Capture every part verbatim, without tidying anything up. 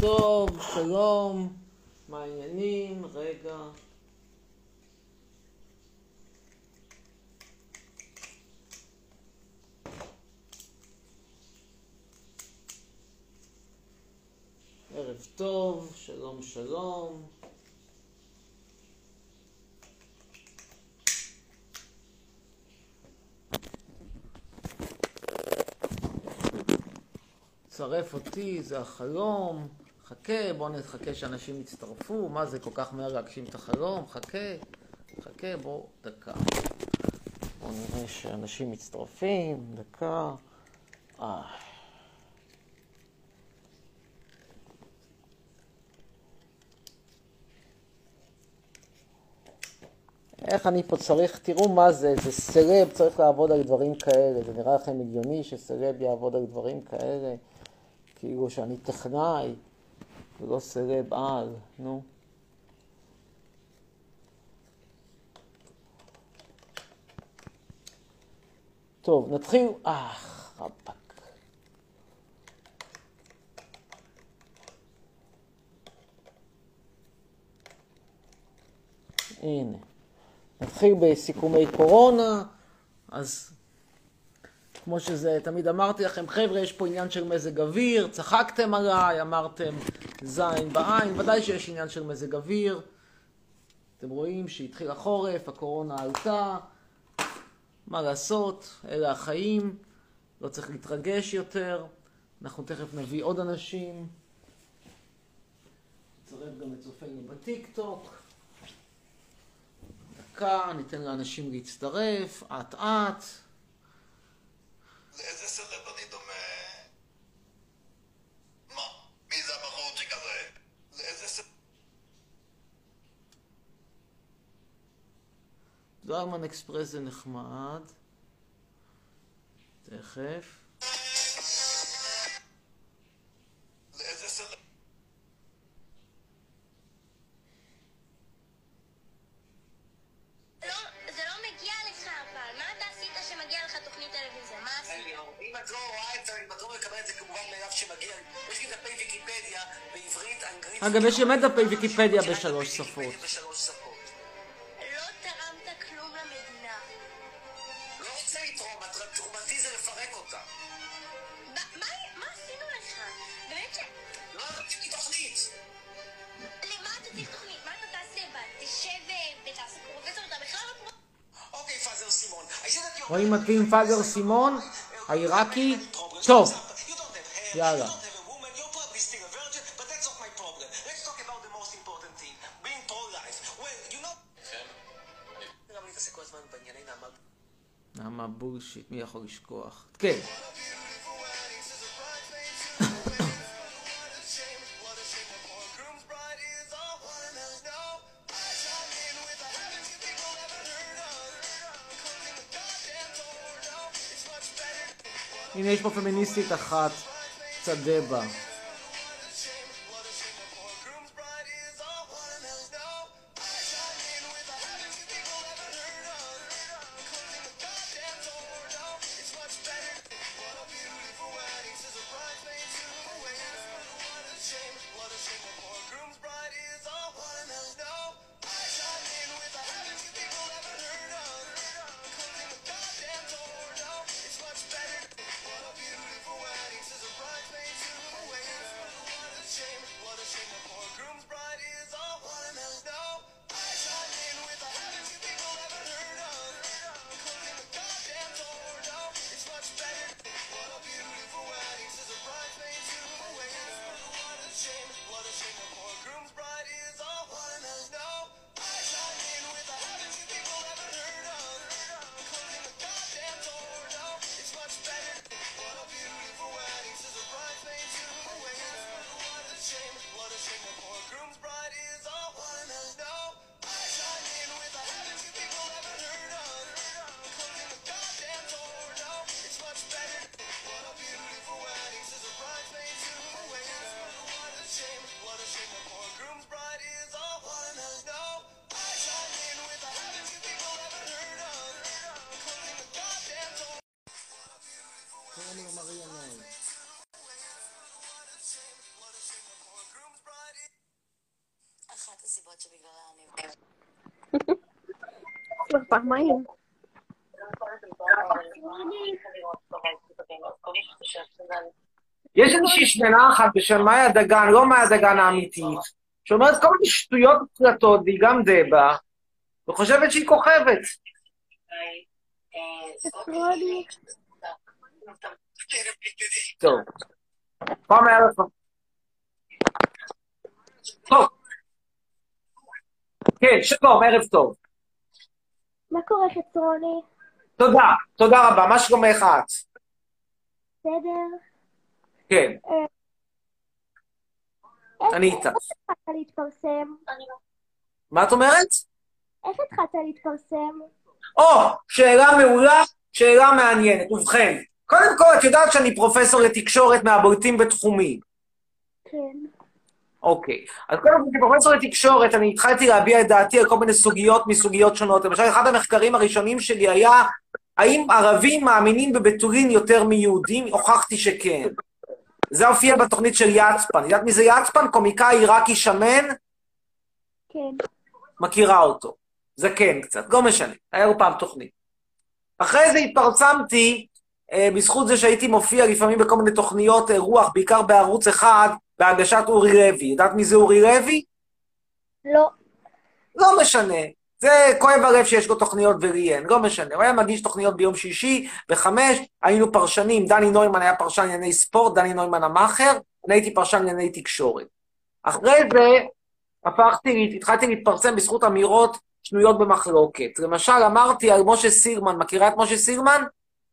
טוב, שלום, מה העניינים? רגע. ערב טוב, שלום שלום. צרף אותי, זה החלום. חכה, בואו נחכה שאנשים יצטרפו. מה זה כל כך מהר להגשים את החלום? חכה, חכה, בואו, דקה. בואו נראה שאנשים מצטרפים, דקה. אה. איך אני פה צריך, תראו מה זה, זה סלב, צריך לעבוד על דברים כאלה. זה נראה לכם מיליוני שסלב יעבוד על דברים כאלה. כאילו שאני טכנאי, ולא סלב על, נו. טוב, נתחיל, אה, רבק. הנה. נתחיל בסיכומי קורונה, אז כמו שזה, תמיד אמרתי לכם, חבר'ה, יש פה עניין של מזג אוויר, צחקתם עליי, אמרתם זין בעין, ודאי שיש עניין של מזג אוויר. אתם רואים שהתחיל החורף, הקורונה עלתה, מה לעשות, אלה החיים, לא צריך להתרגש יותר, אנחנו תכף נביא עוד אנשים, נצרף גם את צופינו בטיק טוק. דקה, ניתן לאנשים להצטרף, עט עט. לאיזה סלב אני דומה? מה? מי זה הבחורצ'יק הזה? לאיזה סלב? דרמן אקספרס זה נחמד. תכף. לאיזה סלב? זה לא מגיע לך אבל, מה אתה עשית שמגיע לך תוכנית טלוויזיה? מה עשית? אם את לא רואה את זה, אם את לא מקבלת את זה כמובן מאליו שמגיע, יש לי דפי ויקיפדיה בעברית, אנגלית... אגב, יש באמת דפי ויקיפדיה בשלוש שפות. בשלוש שפות. לא תרמת כלום למדינה. לא רוצה לתרום, תרומתי זה לפרק אותה. מה- מה- מה עשינו לך? באמת ש... לא, תראי תוכנית. למה אתה צריך תוכנית? מה אתה תעשה בה? תשב ותעשה פרופסור, אתה בכלל לא פרופסור. אוקיי, פאזר סימון. רואים מתאים פאזר סימון, העיראקי, טוב, יאללה. למה בולשיט, מי יכול לשכוח? כן. הנה יש פה פמיניסטית אחת, צדבה. פעמיים. יש איזושהי שמנה אחת בשם מאיה דגן, לא מאיה דגן האמיתית, שאומרת כל מיני שטויות ופלטות, והיא גם דבה, וחושבת שהיא כוכבת. חצרוני. טוב. פעם היה לך. טוב. כן, שלום, ערב טוב. מה קורה חצרוני? תודה, תודה רבה. מה שלומך את? בסדר? כן, איך- אני איתך. איך התחלת להתפרסם? מה את אומרת? איך התחלת להתפרסם? או, שאלה מעולה, שאלה מעניינת. ובכן, קודם כל, את יודעת שאני פרופסור לתקשורת מהבולטים בתחומי. כן. אוקיי. אז קודם כל, כפרופסור לתקשורת, אני התחלתי להביע את דעתי על כל מיני סוגיות מסוגיות שונות. למשל, אחד המחקרים הראשונים שלי היה, האם ערבים מאמינים בבתולין יותר מיהודים? הוכחתי שכן. זה הופיע בתוכנית של יצפן. יודעת מי זה יצפן? קומיקאי עיראקי שמן? כן. מכירה אותו. זקן קצת, לא משנה. היה לו פעם תוכנית. אחרי זה התפרסמתי, אה, בזכות זה שהייתי מופיע לפעמים בכל מיני תוכניות אה, רוח, בעיקר בערוץ אחד, בהגשת אורי לוי. יודעת מי זה אורי לוי? לא. לא משנה. זה כואב הלב שיש לו תוכניות וריאן, לא משנה. הוא היה מגיש תוכניות ביום שישי, בחמש, היינו פרשנים, דני נוימן היה פרשן לענייני ספורט, דני נוימן המאחר, אני הייתי פרשן לענייני תקשורת. אחרי זה, הפכתי, התחלתי להתפרסם בזכות אמירות שנויות במחלוקת. למשל, אמרתי על משה סילמן, מכירה את משה סילמן?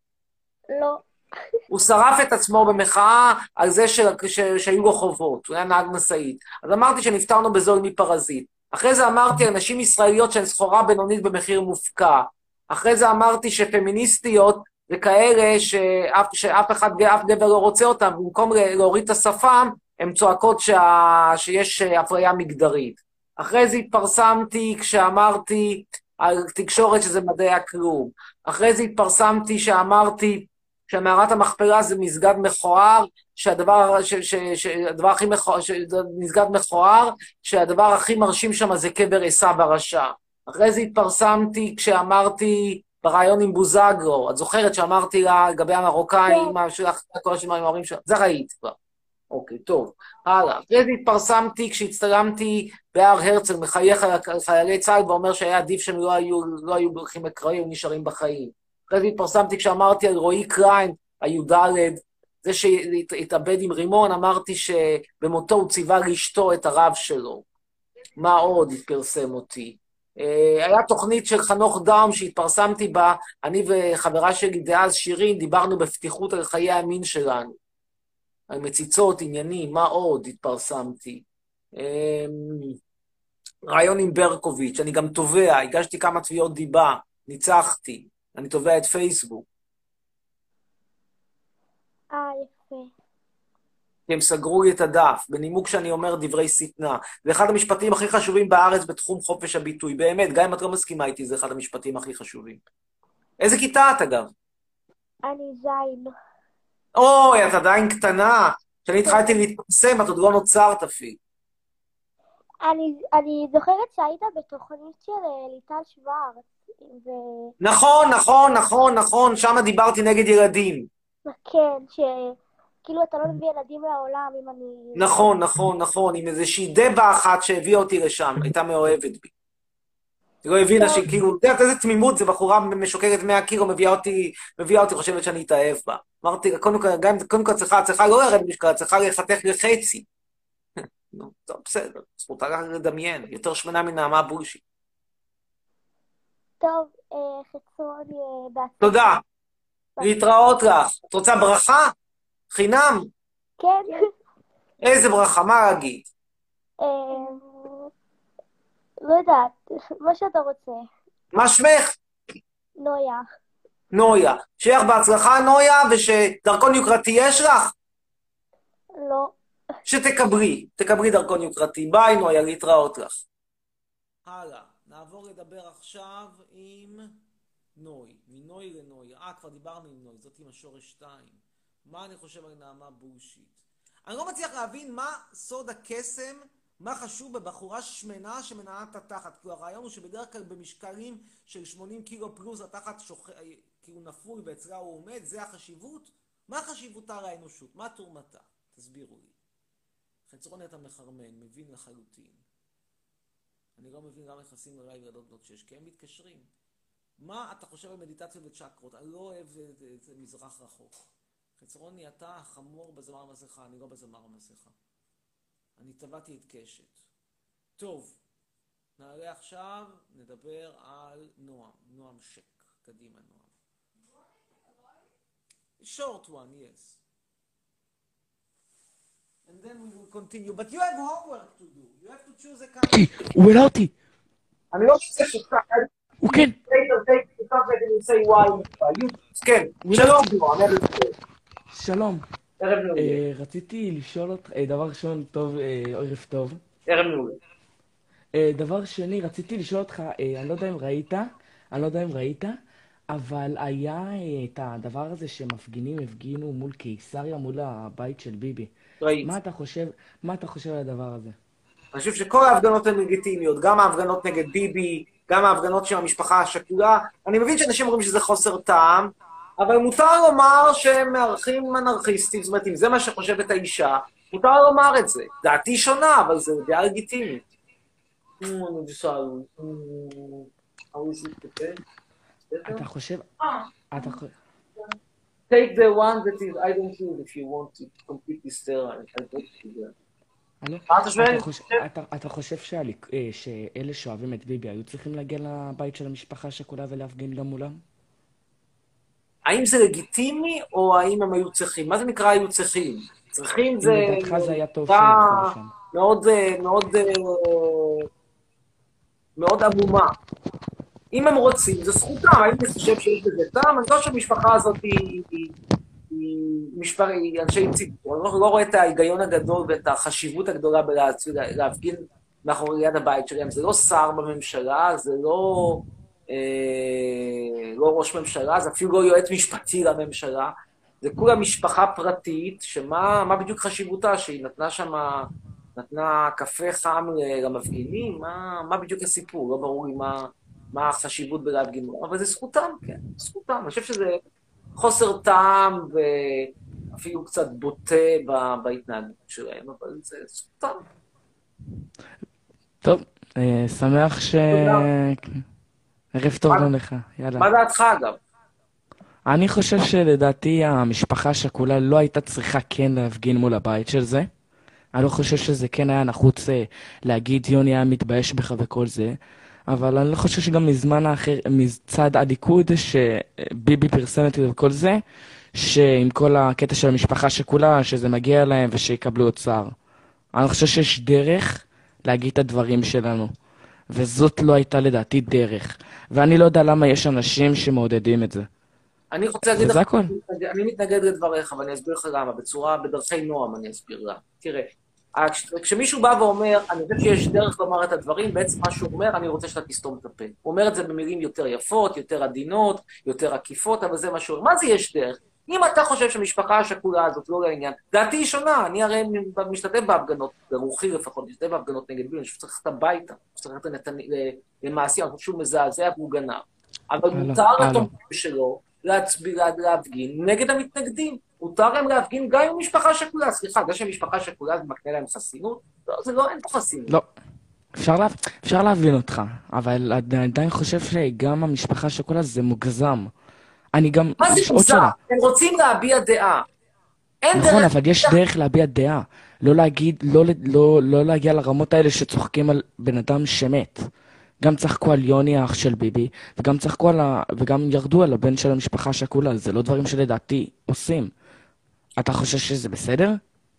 לא. הוא שרף את עצמו במחאה על זה ש... ש... שהיו לו חובות, הוא היה נהג משאית. אז אמרתי שנפטרנו בזול מפרזיט. אחרי זה אמרתי על נשים ישראליות שהן סחורה בינונית במחיר מופקע. אחרי זה אמרתי שפמיניסטיות וכאלה שאף, שאף אחד, אף גבר לא רוצה אותם, במקום להוריד את השפם, הן צועקות שה... שיש אפליה מגדרית. אחרי זה התפרסמתי כשאמרתי על תקשורת שזה מדעי הכלום. אחרי זה התפרסמתי שאמרתי שמערת המכפלה זה מסגד מכוער, שהדבר, ש, ש, ש, הדבר הכי מכוער, מסגד מכוער, שהדבר הכי מרשים שם זה קבר עשיו הרשע. אחרי זה התפרסמתי כשאמרתי ברעיון עם בוזגלו, את זוכרת שאמרתי לה לגבי המרוקאים, מה שלך, כל השם עם ההורים שלה, זה ראית כבר. אוקיי, טוב, הלאה. אחרי זה התפרסמתי כשהצטלמתי בהר הרצל, מחייך על חיילי צה"ל ואומר שהיה עדיף שהם לא היו, לא היו הולכים לקרעים, הם נשארים בחיים. אחרי זה התפרסמתי כשאמרתי על רועי קליין, הי"ד, זה שהתאבד עם רימון, אמרתי שבמותו הוא ציווה לאשתו את הרב שלו. מה עוד התפרסם אותי? היה תוכנית של חנוך דאום שהתפרסמתי בה, אני וחברה שלי דאז שירין, דיברנו בפתיחות על חיי המין שלנו. על מציצות, עניינים, מה עוד התפרסמתי? רעיון עם ברקוביץ', אני גם תובע, הגשתי כמה תביעות דיבה, ניצחתי. אני תובע את פייסבוק. אה, יפה. הם סגרו לי את הדף, בנימוק שאני אומר דברי שטנה. זה אחד המשפטים הכי חשובים בארץ בתחום חופש הביטוי. באמת, גם אם את לא מסכימה איתי, זה אחד המשפטים הכי חשובים. איזה כיתה את, אגב? אני זין. אוי, את עדיין קטנה. כשאני התחלתי להתפרסם, את עוד לא נוצרת אפילו. אני, אני זוכרת שהיית בתוכנית של אה, ליטל שוורץ. ו... נכון, נכון, נכון, נכון, שם דיברתי נגד ילדים. כן, שכאילו אתה לא מביא ילדים לעולם אם אני... נכון, נכון, נכון, עם איזושהי דבה אחת שהביאה אותי לשם, הייתה מאוהבת בי. היא לא הבינה שכאילו, יודעת איזה תמימות, זה בחורה משוקרת מאה קילו, מביאה אותי, מביאה אותי, חושבת שאני אתאהב בה. אמרתי, קודם כל, גם קודם כל צריכה, צריכה לא לרד משקל, צריכה לחתך לחצי. נו, טוב, בסדר, זכותה רק לדמיין, יותר שמנה מנעמה בולשיט. טוב, אה, חצון, אה, בהצלחה. תודה, להתראות לך. את רוצה ברכה? חינם? כן. איזה ברכה, מה להגיד? אה, לא יודעת, מה שאתה רוצה. מה שמך? נויה. נויה. שיהיה לך בהצלחה, נויה, ושדרכון יוקרתי יש לך? לא. שתקברי, תקברי דרכון יוקרתי. ביי, נויה, להתראות לך. הלאה, נעבור לדבר עכשיו עם נוי. מנוי לנויה. אה, כבר דיברנו עם נוי, זאת עם השורש שתיים. מה אני חושב על נעמה בולשיט? אני לא מצליח להבין מה סוד הקסם מה חשוב בבחורה שמנה שמנעה את התחת? כי הרעיון הוא שבדרך כלל במשקלים של שמונים קילו פלוס התחת שוח... כאילו נפוי ואצלה הוא עומד, זה החשיבות? מה חשיבותה לאנושות? מה תורמתה? תסבירו לי. חצרון אתה מחרמן, מבין לחלוטין. אני לא מבין למה נכנסים אליי ילדות בנות שש, כי הם מתקשרים. מה אתה חושב על מדיטציות וצ'קרות? אני לא אוהב את זה מזרח רחוק. חצרוני, אתה החמור בזמר המסכה, אני לא בזמר המסכה. אני טבעתי את קשת. טוב, נעלה עכשיו, נדבר על נועם. נועם שק. קדימה, נועם. Short one, yes. And then we will continue. But you have homework to do. You have to choose a kind. הוא העלה אותי. אני לא חושב שאתה... הוא כן. כן, שלום, נועם, ערב טוב. שלום. ערב מעולה. אה, רציתי לשאול אותך, אה, דבר ראשון, טוב, אה, ערב טוב. ערב מעולה. אה, דבר שני, רציתי לשאול אותך, אה, אני לא יודע אם ראית, אני לא יודע אם ראית, אבל היה אה, את הדבר הזה שמפגינים הפגינו מול קיסריה, מול הבית של ביבי. ראיתי. מה אתה חושב, מה אתה חושב על הדבר הזה? אני חושב שכל ההפגנות הן לגיטימיות, גם ההפגנות נגד ביבי, גם ההפגנות של המשפחה השכולה. אני מבין שאנשים אומרים שזה חוסר טעם, אבל מותר לומר שהם מארחים אנרכיסטים, זאת אומרת, אם זה מה שחושבת האישה, מותר לומר את זה. דעתי שונה, אבל זה דעה לגיטימית. אתה חושב, אתה חושב... Take the one that is, I don't feel if you want to completely stare, I don't feel הלו? מה אתה שואל? אתה חושב- אתה- אתה חושב שהליק- אה, שאלה שאוהבים את ביבי היו צריכים להגיע לבית של המשפחה השכולה ולהפגין גם מולם? האם זה לגיטימי, או האם הם היו צריכים? מה זה נקרא היו צריכים? צריכים זה... אם לדעתך זה היה טוב נקרא שהם ילכו לשם. מאוד, מאוד, מאוד עמומה. אם הם רוצים, זה זכותם. האם אני חושב שיש בזה טעם? אני חושב שהמשפחה הזאת היא... היא- היא משפחה, היא אנשי ציבור. אני לא לא רואה את ההיגיון הגדול ואת החשיבות הגדולה בלהפגין מאחורי יד הבית שלהם. זה לא שר בממשלה, זה לא... אה, לא ראש ממשלה, זה אפילו לא יועץ משפטי לממשלה, זה כולה משפחה פרטית, שמה מה בדיוק חשיבותה, שהיא נתנה שם, נתנה קפה חם למפגינים, מה, מה בדיוק הסיפור, לא ברור לי מה, מה החשיבות בלהפגין, אבל זה זכותם, כן, זכותם, אני חושב שזה חוסר טעם ואפילו קצת בוטה בהתנהגות שלהם, אבל זה זכותם. טוב, אה, שמח ש... ערב טוב מה- גם לך, יאללה. מה דעתך אגב? אני חושב שלדעתי המשפחה השכולה לא הייתה צריכה כן להפגין מול הבית של זה. אני לא חושב שזה כן היה נחוץ אה, להגיד יוני היה מתבייש בך וכל זה, אבל אני לא חושב שגם מזמן האחר, מצד הליכוד, שביבי פרסם את זה וכל זה, שעם כל הקטע של המשפחה השכולה, שזה מגיע להם ושיקבלו עוד צער. אני חושב שיש דרך להגיד את הדברים שלנו, וזאת לא הייתה לדעתי דרך. ואני לא יודע למה יש אנשים שמעודדים את זה. אני רוצה להגיד לך, וזה הכל. אני מתנגד לדבריך, ואני אסביר לך למה, בצורה, בדרכי נועם אני אסביר לה. תראה, כש- כשמישהו בא ואומר, אני חושב שיש דרך לומר את הדברים, בעצם מה שהוא אומר, אני רוצה שאתה תסתום את הפה. הוא אומר את זה במילים יותר יפות, יותר עדינות, יותר עקיפות, אבל זה מה שהוא אומר. מה זה יש דרך? אם אתה חושב שהמשפחה השכולה הזאת לא לעניין, דעתי היא שונה, אני הרי משתתף בהפגנות, ברוחי לפחות, משתתף בהפגנות נגד ביבי, אני חושב שצריך ללכת הביתה, צריך ללכת לנתנ- ל- למעשי, אני חושב שהוא מזעזע והוא גנב. אבל הלאה, מותר הלאה. לתומכים שלו להצביע, להפגין נגד המתנגדים. מותר להם להפגין גם עם משפחה שכולה. סליחה, זה שמשפחה שכולה זה מקנה להם חסינות? לא, זה לא, אין פה חסינות. לא. אפשר, לה, אפשר להבין אותך, אבל אני עדיין חושב שגם המשפחה השכולה זה מוגזם. אני גם... מה זה יש עוד מוזר? שאלה. הם רוצים להביע דעה. אין נכון, דרך... אבל יש דרך להביע דעה. לא להגיד, לא, לא, לא להגיע לרמות האלה שצוחקים על בן אדם שמת. גם צחקו על יוני האח של ביבי, וגם צחקו על ה... וגם ירדו על הבן של המשפחה השכולה. זה לא דברים שלדעתי עושים. אתה חושב שזה בסדר?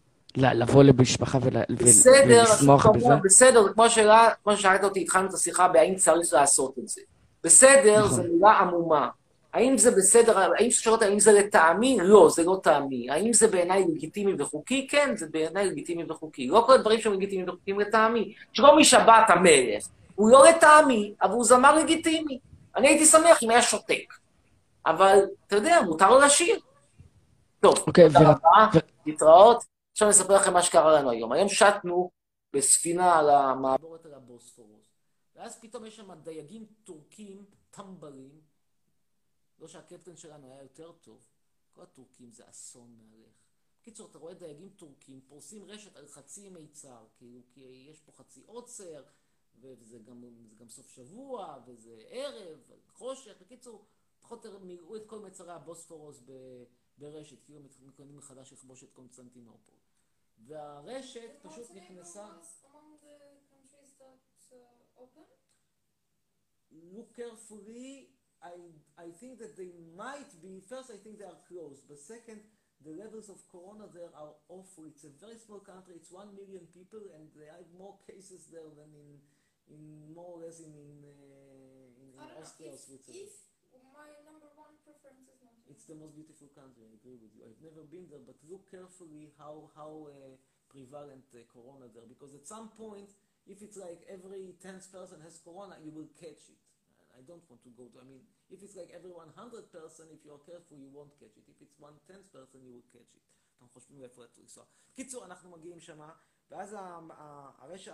ל- לבוא למשפחה ול... בסדר, ולשמוח אז בזה? כמובן, בסדר, זה כמו השאלה, כמו ששאלת אותי, התחלנו את השיחה בהאם צריך לעשות את זה. בסדר, נכון. זו מילה עמומה. האם זה בסדר, האם שואלת, האם זה לטעמי? לא, זה לא טעמי. האם זה בעיניי לגיטימי וחוקי? כן, זה בעיניי לגיטימי וחוקי. לא כל הדברים שהם לגיטימיים וחוקיים לטעמי. שלומי שבת המלך, הוא לא לטעמי, אבל הוא זמר לגיטימי. אני הייתי שמח אם היה שותק. אבל, אתה יודע, מותר לו לשיר. טוב, אוקיי, תודה ו- רבה, ו- להתראות. עכשיו אני אספר לכם מה שקרה לנו היום. היום שטנו בספינה על המעבורת על הבוספורוס. ואז פתאום יש שם דייגים טורקים, טמבלים, לא שהקפטן שלנו היה יותר טוב, כל הטורקים זה אסון מהלך. בקיצור, אתה רואה דייגים טורקים, פורסים רשת על חצי מיצר, כאילו, כי יש פה חצי עוצר, וזה גם, זה גם סוף שבוע, וזה ערב, חושך. בקיצור, פחות או יותר מילאו את כל מצרי הבוספורוס ב- ברשת, כאילו מתכוננים מחדש לכבוש את קונסטנטינופול. והרשת פשוט נכנסה... Look carefully, I, I think that they might be, first I think they are close, but second, the levels of corona there are awful. It's a very small country, it's one million people, and they have more cases there than in, in more or less in, in, uh, in, in Austria or Switzerland. If my number one preference is not. It's the most beautiful country, I agree with you. I've never been there, but look carefully how, how uh, prevalent uh, corona there, because at some point, if it's like every tenth person has corona, you will catch it. I don't want to go to, I mean, if it's like every one hundred person, if you're careful, you won't catch it. If it's one tenth person, you will catch it. אתם חושבים איפה לנסוע. קיצור, אנחנו מגיעים שמה, ואז הרש...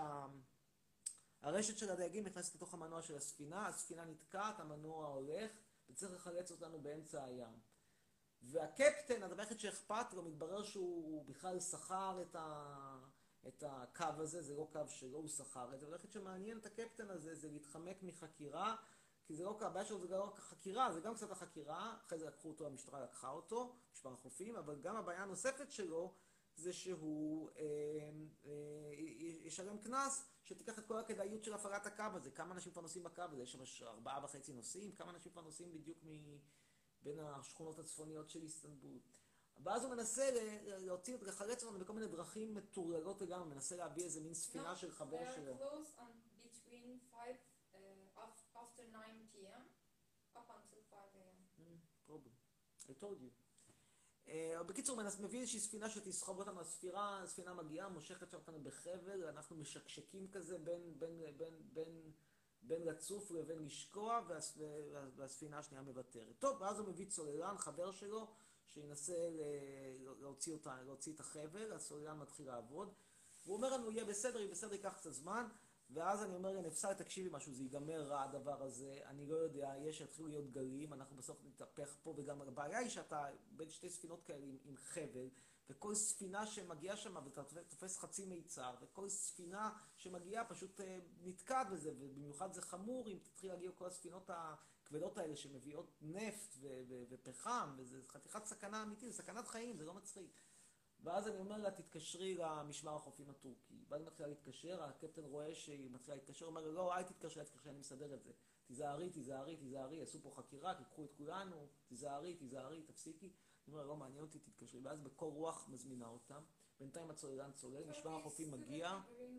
הרשת של הדייגים נכנסת לתוך המנוע של הספינה, הספינה נתקעת, המנוע הולך, וצריך לחלץ אותנו באמצע הים. והקפטן, הדבר היחיד שאכפת לו, מתברר שהוא בכלל שכר את ה... את הקו הזה, זה לא קו שלו, הוא שכר את זה, והדבר היחיד שמעניין את הקפטן הזה זה להתחמק מחקירה, כי זה לא קו, הבעיה שלו זה לא חקירה, זה גם קצת החקירה, אחרי זה לקחו אותו, המשטרה לקחה אותו, משמר החופים, אבל גם הבעיה הנוספת שלו זה שהוא אה, אה, ישלם קנס שתיקח את כל הכדאיות של הפעלת הקו הזה. כמה אנשים כבר נוסעים בקו הזה? יש שם ארבעה וחצי נוסעים, כמה אנשים כבר נוסעים בדיוק מבין השכונות הצפוניות של איסטנבול. ואז הוא מנסה להוציא, לחלץ אותנו בכל מיני דרכים מטורללות לגמרי, מנסה להביא איזה מין ספינה של חבר שלו. They are close on between five uh, after nine p m up until five a m Problem. I told you. Uh, בקיצור, מנס, מביא איזושהי ספינה שתסחוב אותנו, הספירה, הספינה מגיעה, מושכת אותנו בחבל, אנחנו משקשקים כזה בין, בין, בין, בין, בין לצוף לבין לשקוע, והס, והספינה השנייה מבטרת. טוב, ואז הוא מביא צוללן, חבר שלו, שינסה להוציא אותה, להוציא את החבל, הסוללן מתחיל לעבוד, והוא אומר לנו, יהיה בסדר, יהיה בסדר, ייקח קצת זמן, ואז אני אומר, נפסל, תקשיבי משהו, זה ייגמר רע הדבר הזה, אני לא יודע, יש שיתחילו להיות גלים, אנחנו בסוף נתהפך פה, וגם הבעיה היא שאתה בין שתי ספינות כאלה עם, עם חבל, וכל ספינה שמגיעה שם ותופס חצי מיצר, וכל ספינה שמגיעה פשוט אה, נתקעת בזה, ובמיוחד זה חמור אם תתחיל להגיע כל הספינות הכבדות האלה שמביאות נפט ו- ו- ופחם, וזה חתיכת סכנה אמיתית, זה סכנת חיים, זה לא מצחיק. ואז אני אומר לה, תתקשרי למשמר החופים הטורקי. ואז היא מתחילה להתקשר, הקפטן רואה שהיא מתחילה להתקשר, הוא אומר, לא, אל תתקשרי, אל תתקשרי, אני מסדר את זה. תיזהרי, תיזהרי, תיזהרי, עשו פה חקירה, תיקחו את כולנו, תיזהרי, תיזהרי, תפסיקי. אני אומר, לא מעניין אותי, תתקשרי. ואז בקור רוח מזמינה אותם. בינתיים הצוללן צולל, משמר החופים מגיע.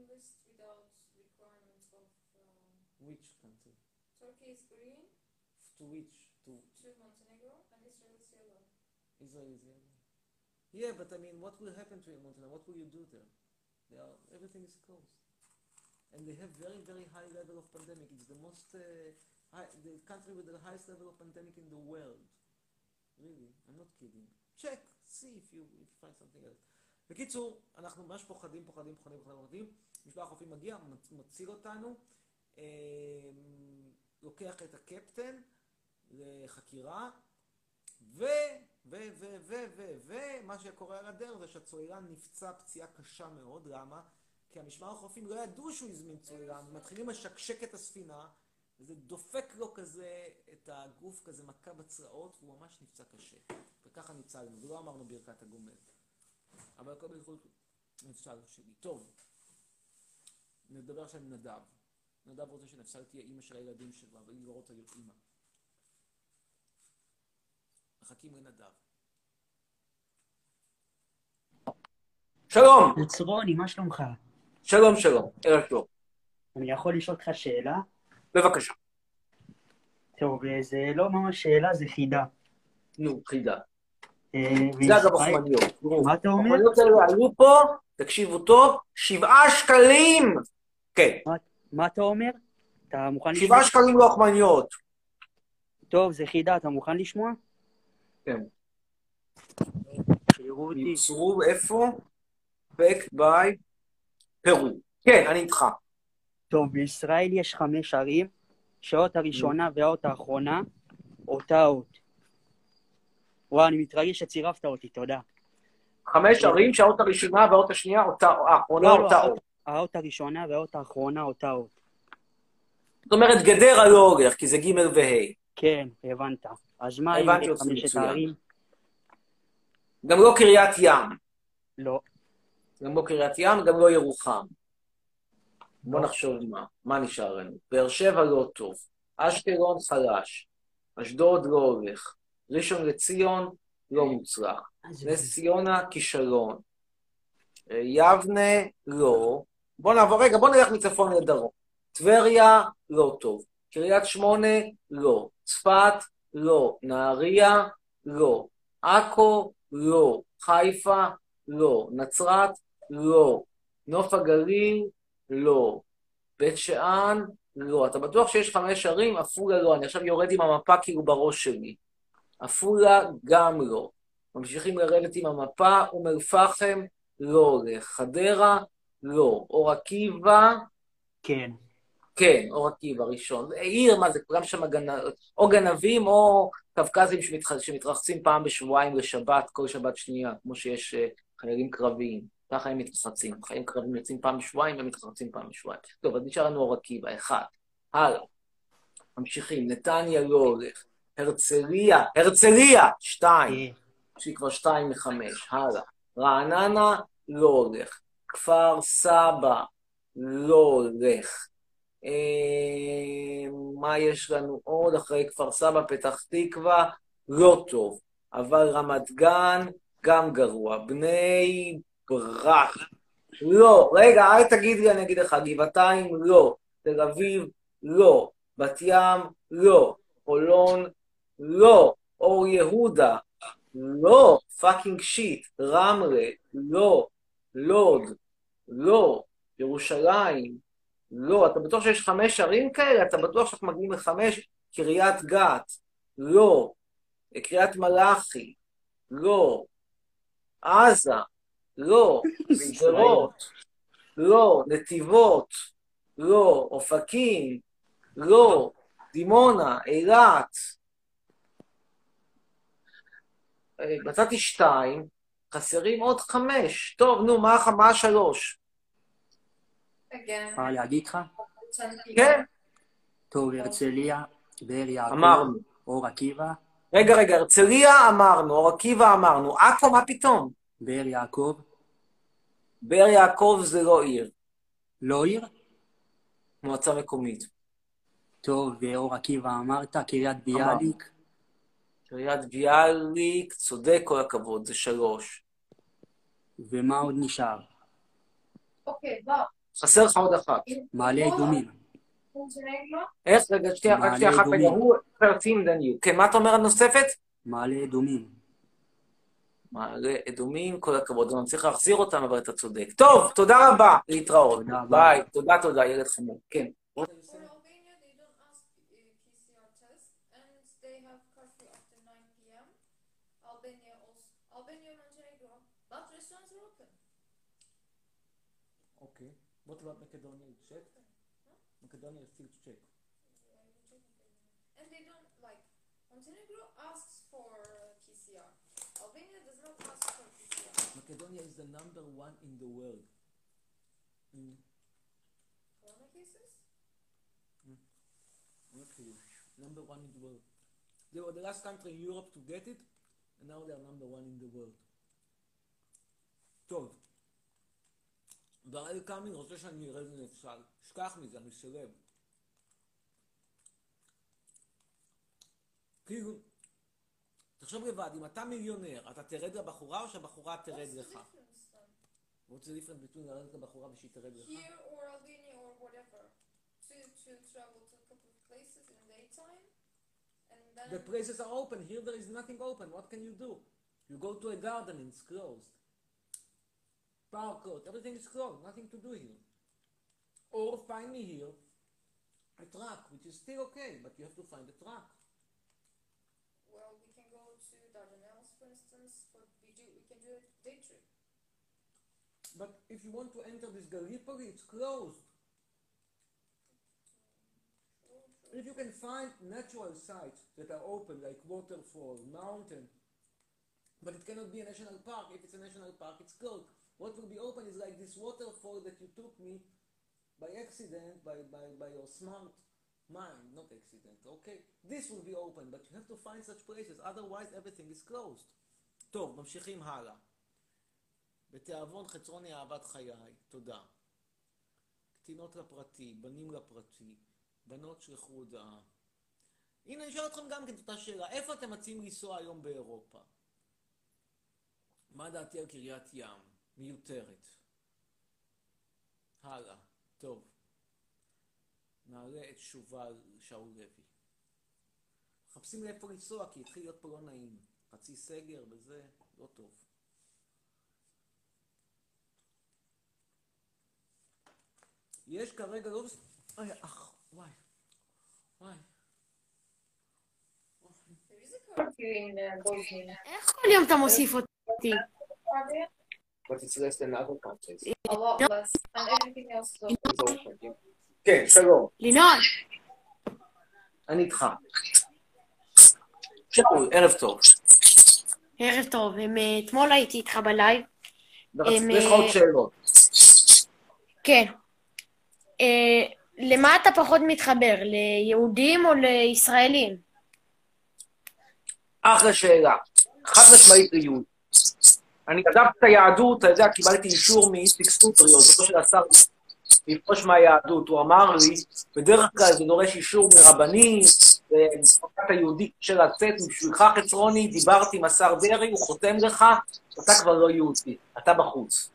Which country? Turkey is green. To which? To To Montenegro and Israel is yellow. Israel is yellow. Yeah, but I mean, what will happen to Montenegro? What will you do there? They are, everything is closed. And they have very, very high level of pandemic. It's the most, uh, high, the country with the highest level of pandemic in the world. Really, I'm not kidding. Check, see if you, if you find something else. בקיצור, אנחנו ממש פוחדים, פוחדים, פוחדים, פוחדים, פוחדים. משמר החופים מגיע, מציל אותנו, אה, לוקח את הקפטן לחקירה, ו... ו... ו... ו... ו... ו... מה שקורה על הדרך זה שהצוללן נפצע פציעה קשה מאוד. למה? כי המשמר החופים לא ידעו שהוא הזמין צוללן, מתחילים לשקשק את הספינה, וזה דופק לו כזה את הגוף, כזה מכה בצרעות, והוא ממש נפצע קשה. וככה ניצלנו, ולא אמרנו ברכת הגומל. אבל הכל בלכות נפסל שלי. טוב, נדבר עכשיו עם נדב. נדב רוצה שנפסל תהיה אימא של הילדים שלו, אבל היא לא רוצה להיות אימא. מחכים לנדב. שלום! לצרוני, מה שלומך? שלום, שלום. ערב טוב. אני יכול לשאול אותך שאלה? בבקשה. טוב, זה לא ממש שאלה, זה חידה. נו, חידה. אה, זה אגב בישראל- החמניות. מה אתה אומר? החמניות האלה עלו פה, תקשיבו טוב, שבעה שקלים! כן, מה אתה אומר? אתה מוכן לשמוע? שבעה שקלים לוחמניות. טוב, זה חידה, אתה מוכן לשמוע? כן. שיראו אותי. יוצרו איפה? backed by פרו. כן, אני איתך. טוב, בישראל יש חמש ערים, שהאות הראשונה והאות האחרונה, אותה אות. וואו, אני מתרגש שצירפת אותי, תודה. חמש ערים שהאות הראשונה והאות השנייה, אותה, האחרונה לא, לא, אותה האות- אות. האות הראשונה והאות האחרונה, אותה אות. זאת אומרת, גדרה לא הולך, כי זה ג' וה'. כן, הבנת. אז מה עם הבנתי אותך חמשת מצוין. הערים? גם לא קריית ים. לא. גם לא קריית ים, גם לא ירוחם. בוא לא. נחשוב מה. מה נשאר לנו? באר שבע לא טוב. אשקלון חלש. אשדוד לא הולך. ראשון לציון לא מוצלח. נס ציונה כישלון. אה, יבנה לא. בוא נעבור, רגע, בוא נלך מצפון לדרום. טבריה לא טוב. קריית שמונה לא. צפת לא. נהריה לא. עכו לא. חיפה לא. נצרת לא. נוף הגליל לא. בית שאן לא. אתה בטוח שיש חמש ערים? עפולה לא. אני עכשיו יורד עם המפה כאילו בראש שלי. עפולה גם לא. ממשיכים לרדת עם המפה. אום אל-פחם לא הולך. חדרה לא. אור עקיבא כן. כן, אור עקיבא ראשון. עיר, מה זה, כולם שם גנ... או גנבים או קווקזים שמתח... שמתרחצים פעם בשבועיים לשבת, כל שבת שנייה, כמו שיש uh, חיילים קרביים. ככה הם מתרחצים. חיילים קרביים יוצאים פעם בשבועיים, הם מתרחצים פעם בשבועיים. טוב, אז נשאר לנו אור עקיבא, אחד. הלאה. ממשיכים, נתניה לא הולך. הרצליה, הרצליה, שתיים. יש לי כבר שתיים מחמש, הלאה. רעננה לא הולך. כפר סבא לא הולך. מה יש לנו עוד אחרי כפר סבא, פתח תקווה, לא טוב, אבל רמת גן גם גרוע, בני ברק, לא, רגע, אל תגיד לי, אני אגיד לך, גבעתיים לא, תל אביב לא, בת ים לא, חולון לא, אור יהודה לא, פאקינג שיט, רמלה לא, לוד לא, ירושלים לא, אתה בטוח שיש חמש ערים כאלה? אתה בטוח שאנחנו מגיעים לחמש? קריית גת, לא. קריית מלאכי, לא. עזה, לא. שדרות, לא. נתיבות, לא. אופקים, לא. דימונה, אילת. מצאתי שתיים, חסרים עוד חמש. טוב, נו, מה, מה השלוש? Again. מה להגיד לך? כן, טוב, הרצליה, באר יעקב, אמרנו. אור עקיבא, רגע, רגע, הרצליה אמרנו, אור עקיבא אמרנו, עכו, מה פתאום? באר יעקב, באר יעקב זה לא עיר, לא עיר? מועצה מקומית. טוב, ואור עקיבא אמרת, קריית ביאליק, קריית ביאליק, צודק, כל הכבוד, זה שלוש. ומה עוד נשאר? Okay, but חסר לך עוד אחת. מעלה אדומים. Montenegro, איך? רגע, שנייה, רק מעלה שנייה אחת, רגע, אדומים. הוא פרטים דניו. כן, מה אתה אומר הנוספת? מעלה אדומים. מעלה אדומים, כל הכבוד, אני צריך להחזיר אותם, אבל אתה צודק. טוב, תודה רבה, להתראות. תודה, ביי, ביי. תודה, תודה, ילד חמור. כן. for Albania, they don't ask uh, P C R test, and they have curfew after nine p m. Albania also, Albania, Montenegro, but restaurants are open. Okay. What about Macedonia? You checked? Macedonia is still to check. And they don't, like, Montenegro asks for uh, P C R. Albania does not ask for P C R. Macedonia is the number one in the world. In Corona cases? okay, number one in the world. They were the last country in Europe to get it, and now they are number one in the world. טוב. בראל קאמין רוצה שאני ארד לנפסל. שכח מזה, אני סלב. כאילו, תחשוב לבד, אם אתה מיליונר, אתה תרד לבחורה או שהבחורה תרד What's the לך? difference then? What's the difference between לרדת לבחורה ושהיא תרד לך? Here or Albania or whatever, to, to travel to a couple of places in daytime, and then... The places are open. Here there is nothing open. What can you do? You go to a garden and it's closed. Park closed. Everything is closed. Nothing to do here. Or find me here a truck, which is still okay, but you have to find a truck. Well, we can go to Dardanelles, for instance, but we do, we can do a day trip. but if you want to enter this Gallipoli, it's closed. If you can find natural sites that are open, like waterfall, mountain, but it cannot be a national park. If it's a national park, it's closed. What will be open is like this waterfall that you took me by accident, by, by, by your smart mind, not accident, okay? This will be open, but you have to find such places, otherwise everything is closed. טוב, ממשיכים הלאה. בתיאבון חצרוני אהבת חיי, תודה. קטינות לפרטי, בנים לפרטי, בנות שלחו הודעה. הנה, אני שואל אתכם גם כן את אותה שאלה, איפה אתם מציעים לנסוע היום באירופה? מה דעתי על קריית ים? מיותרת. הלאה, טוב. נעלה את שובל שאול לוי. מחפשים לאיפה לנסוע, כי התחיל להיות פה לא נעים. חצי סגר וזה, לא טוב. יש כרגע לא... אוי, אח, וואי. וואי. איך כל יום אתה מוסיף אותי? But it's less than other countries. A lot less, and everything else is open. It's open. כן, שלום. לינון. אני איתך. שאול, ערב טוב. ערב טוב, אתמול הייתי איתך בלייב. יש לך עוד שאלות. כן. למה אתה פחות מתחבר? ליהודים או לישראלים? אחלה שאלה. חד משמעית ליהוד. אני כתבתי את היהדות, אתה יודע, קיבלתי אישור מאיציק סוטריו, זוכר של השר לפרוש מהיהדות. הוא אמר לי, בדרך כלל זה דורש אישור מרבנים, ומשפחת היהודית של לצאת, בשבילך חצרוני, דיברתי עם השר דרעי, הוא חותם לך, אתה כבר לא יהודי, אתה בחוץ.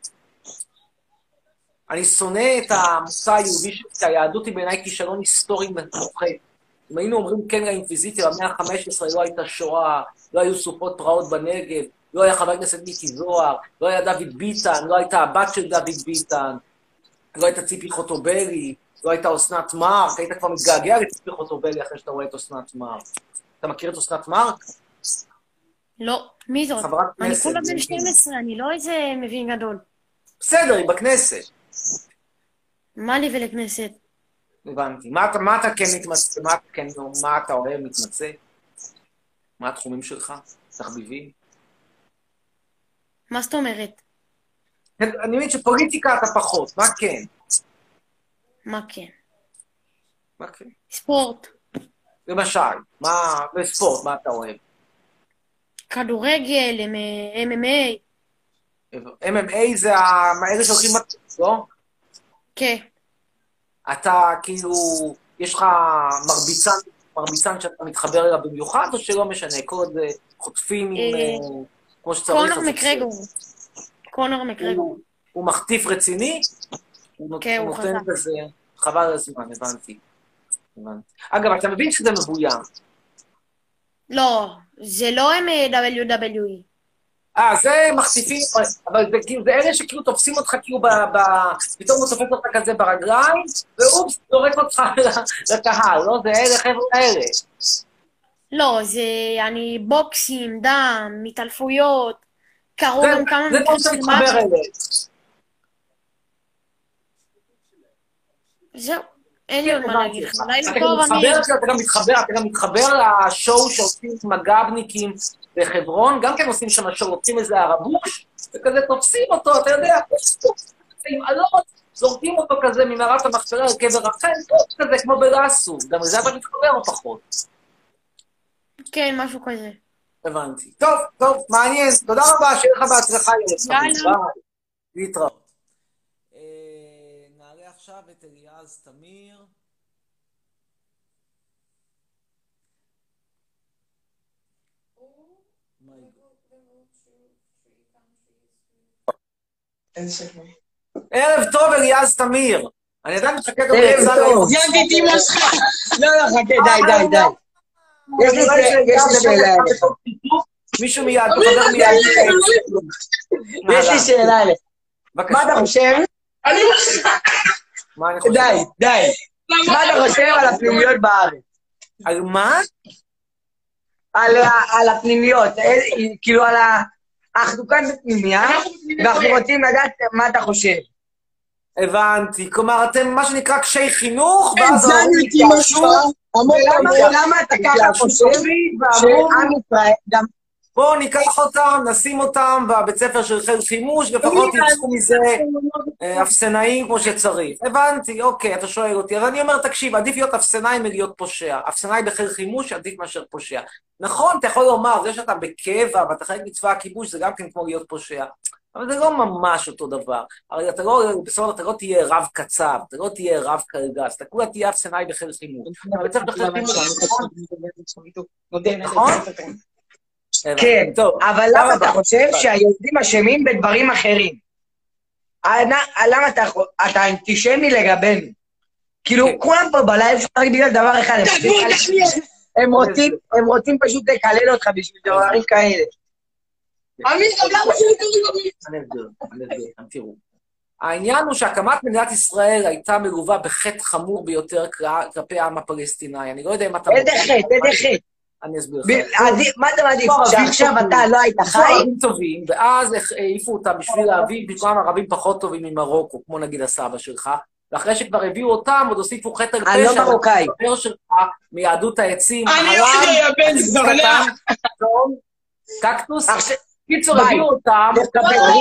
אני שונא את המוצא היהודי שלי, כי היהדות היא בעיניי כישלון היסטורי מוכח. אם היינו אומרים כן לאינקוויזיציה, במאה ה-חמש עשרה לא הייתה שואה, לא היו סופות פרעות בנגב, לא היה חבר הכנסת מיקי זוהר, לא היה דוד ביטן, לא הייתה הבת של דוד ביטן, לא הייתה ציפי חוטובלי, לא הייתה אסנת מארק, היית כבר מתגעגע לציפי חוטובלי אחרי שאתה רואה את אסנת מארק. אתה מכיר את אסנת מארק? לא, מי זאת? אני כולה בן שתים עשרה, אני לא איזה מבין גדול. בסדר, היא בכנסת. מה לי ולכנסת? הבנתי. מה, מה אתה כן מתמצא? מה, כן, מה אתה אוהב מתמצא? מה התחומים שלך? תחביבים? מה זאת אומרת? אני מבין שפוליטיקה אתה פחות, מה כן? מה כן? מה כן? ספורט. למשל, מה, בספורט, מה אתה אוהב? כדורגל, אם אם איי. אם אם איי זה אלה שהולכים מטוס, לא? כן. אתה כאילו, יש לך מרביצן, מרביצן שאתה מתחבר אליו במיוחד, או שלא משנה, כל עוד חוטפים עם, כמו שצריך. קונור מקרגור. קונור מקרגור. הוא מחטיף רציני? כן, הוא חזק. כזה, חבל על הזמן, הבנתי. אגב, אתה מבין שזה מבוים? לא, זה לא עם דאבליו דאבליו אי. אה, זה מחטיפים, אבל זה אלה שכאילו תופסים אותך כאילו, פתאום הוא תופס אותך כזה ברגליים, ואופס, זורק אותך לקהל, לא? זה אלה חבר'ה האלה. לא, זה אני בוקסים, דם, מתעלפויות, קראו גם כמה... זה כמו שאתה מתחבר אלה. זהו, אין לי עוד מה להגיד לך. לילה טוב, אני... אתה גם מתחבר לשואו שעושים מג"בניקים בחברון, גם כן עושים שם שואו, עושים איזה הרבוש, וכזה תופסים אותו, אתה יודע, עם עלות, זורקים אותו כזה ממערת המכפלה לקבר רחל, כזה כמו בלאסו, גם לזה אתה מתחבר או פחות? כן, משהו כזה. הבנתי. טוב, טוב, מעניין, תודה רבה, שיהיה לך בהצלחה, יאללה. להתראות. נעלה עכשיו את אליעז תמיר. ערב טוב, אליעז תמיר. אני עדיין מחכה גם ליצא ליום. ינקי תימושך. לא, לא, חכה, די, די, די. יש לי שאלה אליך. מישהו מיד, חבר מיד. יש לי שאלה אליך. מה אתה חושב? אני חושב. די, די. מה אתה חושב על הפנימיות בארץ? על מה? על הפנימיות, כאילו על אנחנו כאן בפנימיה, ואנחנו רוצים לדעת מה אתה חושב. הבנתי, כלומר אתם מה שנקרא קשי חינוך, ואז ההורים התייאשו, ולמה אתה ככה חושב שעם ישראל, גם... בואו ניקח אותם, נשים אותם בבית ספר של חיל חימוש, לפחות יצאו מזה אפסנאים כמו שצריך. הבנתי, אוקיי, אתה שואל אותי, אז אני אומר, תקשיב, עדיף להיות אפסנאי מלהיות פושע. אפסנאי בחיל חימוש עדיף מאשר פושע. נכון, אתה יכול לומר, זה שאתה בקבע ואתה חלק מצבא הכיבוש, זה גם כן כמו להיות פושע. אבל זה לא ממש אותו דבר. הרי אתה לא, בסופו אתה לא תהיה רב קצב, אתה לא תהיה רב קלגס, אתה כולה תהיה אפסנאי בחיל חימוש. אבל צריך בחיל חימוש, נכון? כן, אבל למה אתה חושב שהיהודים אשמים בדברים אחרים? למה אתה אנטישמי לגבינו? כאילו, כולם פה בלייב שלך בגלל דבר אחד, הם רוצים פשוט לקלל אותך בשביל דברים כאלה. אמיר, למה שאני קוראים? תראו, העניין הוא שהקמת מדינת ישראל הייתה מלווה בחטא חמור ביותר כלפי העם הפלסטיני. אני לא יודע אם אתה... איזה חטא, איזה חטא. אני אסביר לך. מה אתה מעדיף? שעכשיו אתה לא היית חי? ערבים טובים, ואז העיפו אותם בשביל להביא פתאום ערבים פחות טובים ממרוקו, כמו נגיד הסבא שלך, ואחרי שכבר הביאו אותם, עוד הוסיפו חטא על פשע. אני לא מרוקאי. חבר שלך מיהדות העצים. אני לא יודע, בן זונה. קקטוס. קיצור, הביאו אותם. יש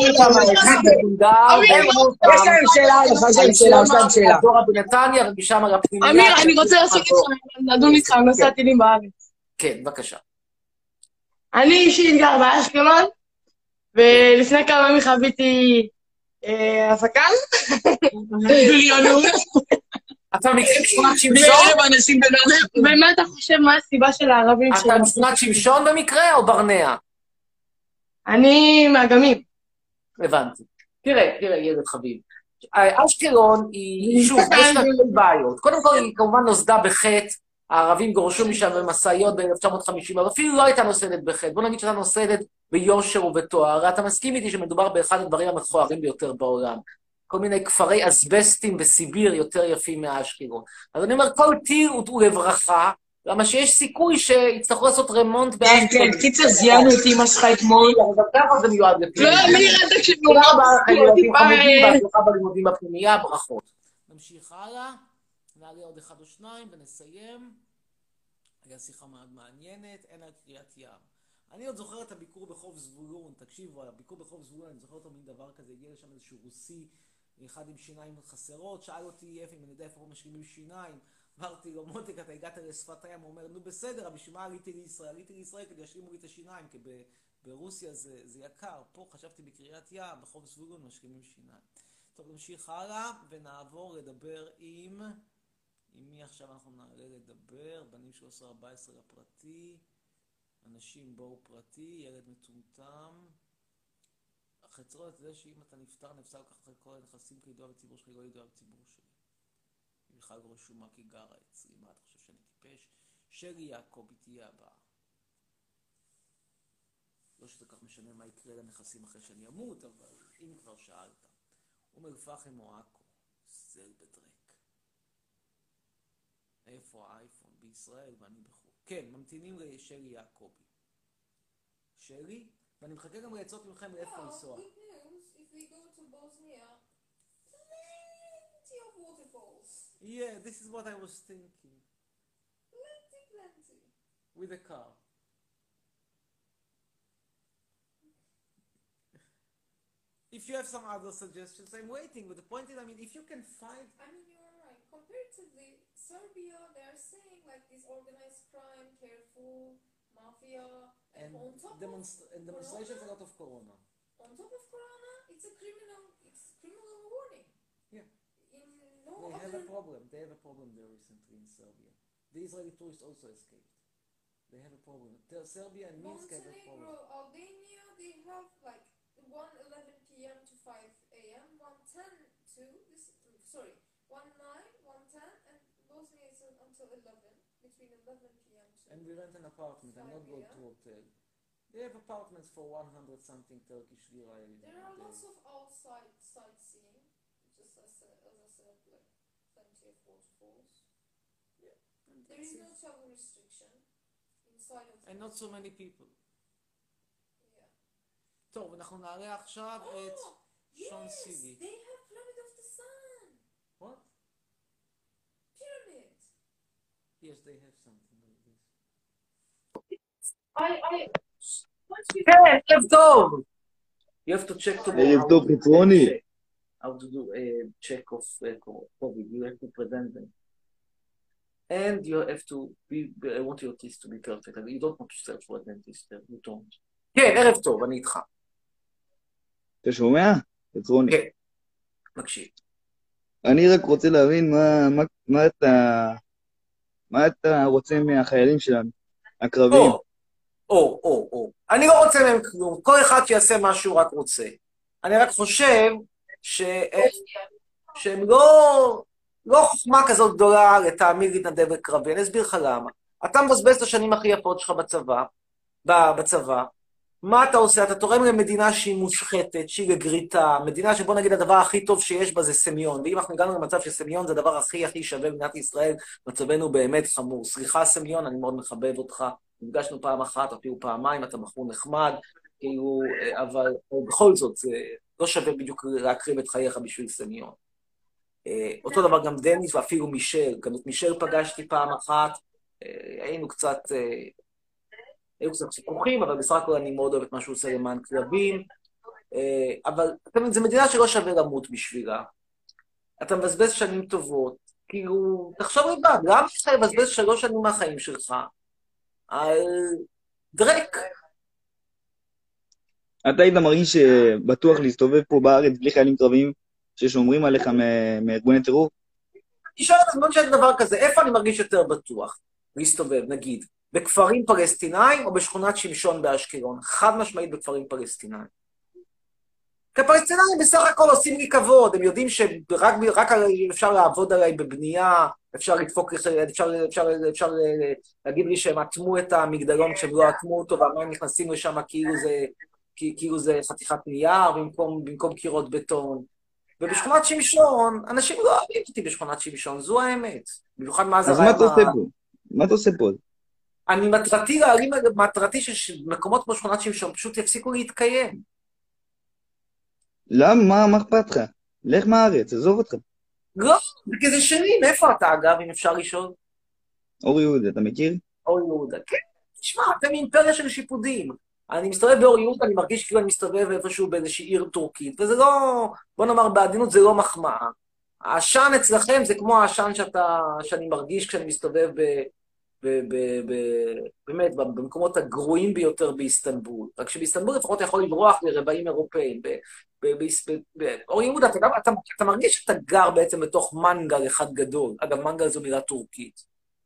להם שאלה, יש להם שאלה, יש להם שאלה. דורה בנתניה, ומשם על הפנימיה. אמיר, אני רוצה לעשות איתך, לדון איתך, אני נוסע טילים בארץ. כן, בבקשה. אני אישית גר באשקלון, ולפני כמה ימים חוויתי הפקה, בריונות. אתה מכיר בשכונת שמשון? ומה אתה חושב, מה הסיבה של הערבים שלנו? אתה בשכונת שמשון במקרה או ברנע? אני מאגמים. הבנתי. תראה, תראה, ילד חביב. אשקלון היא, שוב, יש לה בעיות. קודם כל, היא כמובן נוסדה בחטא, הערבים גורשו משם במסעיות ב-אלף תשע מאות חמישים, אבל אפילו לא הייתה נוסדת בחטא. בוא נגיד שאתה נוסדת ביושר ובתואר. הרי אתה מסכים איתי שמדובר באחד הדברים המכוערים ביותר בעולם. כל מיני כפרי אסבסטים בסיביר יותר יפים מאשקלון. אז אני אומר, כל טיר הוא לברכה, למה שיש סיכוי שיצטרכו לעשות רמונט באשקלון. כן, כן, קיצר זיינו את אמא שלך אתמול. אבל ככה זה מיועד לפנימיה. לא, אני ראיתי כשאתה תודה רבה, ילדים חמודים, בהצלחה בלימודים בפנימיה, ברכות. נמשיך הלאה, נעלה עוד אחד או שניים ונסיים. היה שיחה מאוד מעניינת, אין על קריאת ים. אני עוד זוכר את הביקור בחוף זבולון, תקשיבו, הביקור בחוף זבולון, אני זוכר אותו מן דבר כזה, הגיע לשם איזשהו רוסי, אחד עם שיניים חסרות, שאל אותי איפה, אם אני יודע איפה משלימים שיניים, אמרתי לו, מותק, אתה הגעת לשפת הים, הוא אומר, נו בסדר, אבל בשביל מה עליתי לישראל? עליתי לישראל כדי להשלימו לי את השיניים, כי ברוסיה זה, זה יקר, פה חשבתי בקריאת ים, בחוף זבולון משלימים שיניים. טוב, נמשיך הלאה, ונעבור לדבר עם... עם מי עכשיו אנחנו נעלה לדבר? בנים שלוש עשרה ארבע עשרה לפרטי, אנשים בואו פרטי, ילד מטומטם. החצרון את זה שאם אתה נפטר, נפסל לקחת את כל הנכסים כידוע בציבור שלי, לא ידוע בציבור שלי. היא בכלל לא רשומה כי גרה אצלי, מה אתה חושב שאני טיפש? שלי יעקבי תהיה הבאה. לא שזה כך משנה מה יקרה לנכסים אחרי שאני אמות, אבל אם כבר שאלת. אום אל-פחם או עכו, זל בדרק. איפה האייפון? בישראל ואני בחו"ל. כן, ממתינים לשלי יעקבי. שלי? ואני מחכה גם לעצות מכם לאיפה לנסוע. Yeah, this is what I was thinking. Plenty, plenty. With a car. If you have some other suggestions, I'm waiting. But the point is, I mean, if you can find... I mean, you're right. Comparatively, Serbia, they're saying like this organized crime, careful, mafia, and, and on top demonst of and demonstrations, corona, a lot of corona. On top of corona, it's a criminal, it's criminal warning. Yeah. In no they other... have a problem. They have a problem there recently in Serbia. The Israeli tourists also escaped. They have a problem. The Serbia and Minsk have a problem. Montenegro, Albania, they have like one eleven p m to five a m, one ten to, this, sorry, one nine, one ten, and Bosnia is until eleven, between eleven p m to... And we rent an apartment. I'm not going to hotel. They have apartments for one hundred something Turkish lira. There are lots of outside sightseeing, just as, a, as I said, like plenty of waterfalls. Yeah. There is no travel restriction inside of... And not so many people. Yeah. So טוב, אנחנו נעלה עכשיו את שון סיגי. They have Pyramid of the Sun. What? Pyramid. Yes, they have something like this. I, I, כן, ערב טוב! You have to check to ערב טוב, חצרוני. how to do a check of uh, COVID. You have to present them. And you have to be, I want your teeth to be perfect. You don't want to search for a dentist. You don't. כן, ערב טוב, אני איתך. אתה שומע? חצרוני. כן, מקשיב. אני רק רוצה להבין מה, מה, מה אתה, מה אתה רוצה מהחיילים שלנו, הקרביים. או, או, או, או. אני לא רוצה מהם כלום. כל אחד שיעשה מה שהוא רק רוצה. אני רק חושב שהם, שהם לא, לא חוכמה כזאת גדולה לטעמי להתנדב לקרבי. אני אסביר לך למה. אתה מבזבז את השנים הכי יפות שלך בצבא, בצבא. מה אתה עושה? אתה תורם למדינה שהיא מושחתת, שהיא לגריטה, מדינה שבוא נגיד הדבר הכי טוב שיש בה זה סמיון, ואם אנחנו הגענו למצב שסמיון זה הדבר הכי הכי שווה במדינת ישראל, מצבנו באמת חמור. סליחה סמיון, אני מאוד מחבב אותך, נפגשנו פעם אחת, אפילו פעמיים, אתה בחור נחמד, כאילו, אבל בכל זאת, זה לא שווה בדיוק להקריב את חייך בשביל סמיון. אותו דבר גם דניס ואפילו מישל, גם את מישל פגשתי פעם אחת, היינו קצת... היו קצת סיכוחים, אבל בסך הכל אני מאוד אוהב את מה שהוא עושה למען כלבים. אבל זו מדינה שלא שווה למות בשבילה. אתה מבזבז שנים טובות, כאילו, תחשוב לבד, למה יש לך לבזבז שלוש שנים מהחיים שלך על דרק? אתה היית מרגיש שבטוח להסתובב פה בארץ בלי חיילים קרביים ששומרים עליך מארגוני טרור? תשאל את הזמן שאין דבר כזה, איפה אני מרגיש יותר בטוח להסתובב, נגיד? בכפרים פלסטינאים או בשכונת שמשון באשקלון? חד משמעית בכפרים פלסטינאים. כי הפלסטינאים בסך הכל עושים לי כבוד, הם יודעים שרק רק אפשר לעבוד עליי בבנייה, אפשר לדפוק, אפשר, אפשר, אפשר להגיד לי שהם אטמו את המגדלון כשהם לא אטמו אותו, והמים נכנסים לשם כאילו זה, כאילו זה חתיכת נייר במקום, במקום קירות בטון. ובשכונת שמשון, אנשים לא אוהבים אותי בשכונת שמשון, זו האמת. במיוחד מה זה... אז מה אתה עושה פה? מה אתה עושה פה? אני מטרתי להרים, מטרתי שמקומות כמו שכונת שמשון פשוט יפסיקו להתקיים. למה? מה, מה אכפת לך? לך מהארץ, עזוב אותך. לא, כי זה שני, מאיפה אתה אגב, אם אפשר לשאול? אור יהודה, אתה מכיר? אור יהודה, כן. תשמע, אתם אימפריה של שיפודים. אני מסתובב באור יהודה, אני מרגיש כאילו אני מסתובב איפשהו באיזושהי עיר טורקית, וזה לא, בוא נאמר בעדינות, זה לא מחמאה. העשן אצלכם זה כמו העשן שאתה, שאני מרגיש כשאני מסתובב ב... באמת, במקומות הגרועים ביותר באיסטנבול. רק שבאיסטנבול לפחות יכול לברוח לרבעים אירופאים. באור יהודה, אתה מרגיש שאתה גר בעצם בתוך מנגל אחד גדול. אגב, מנגל זו מילה טורקית.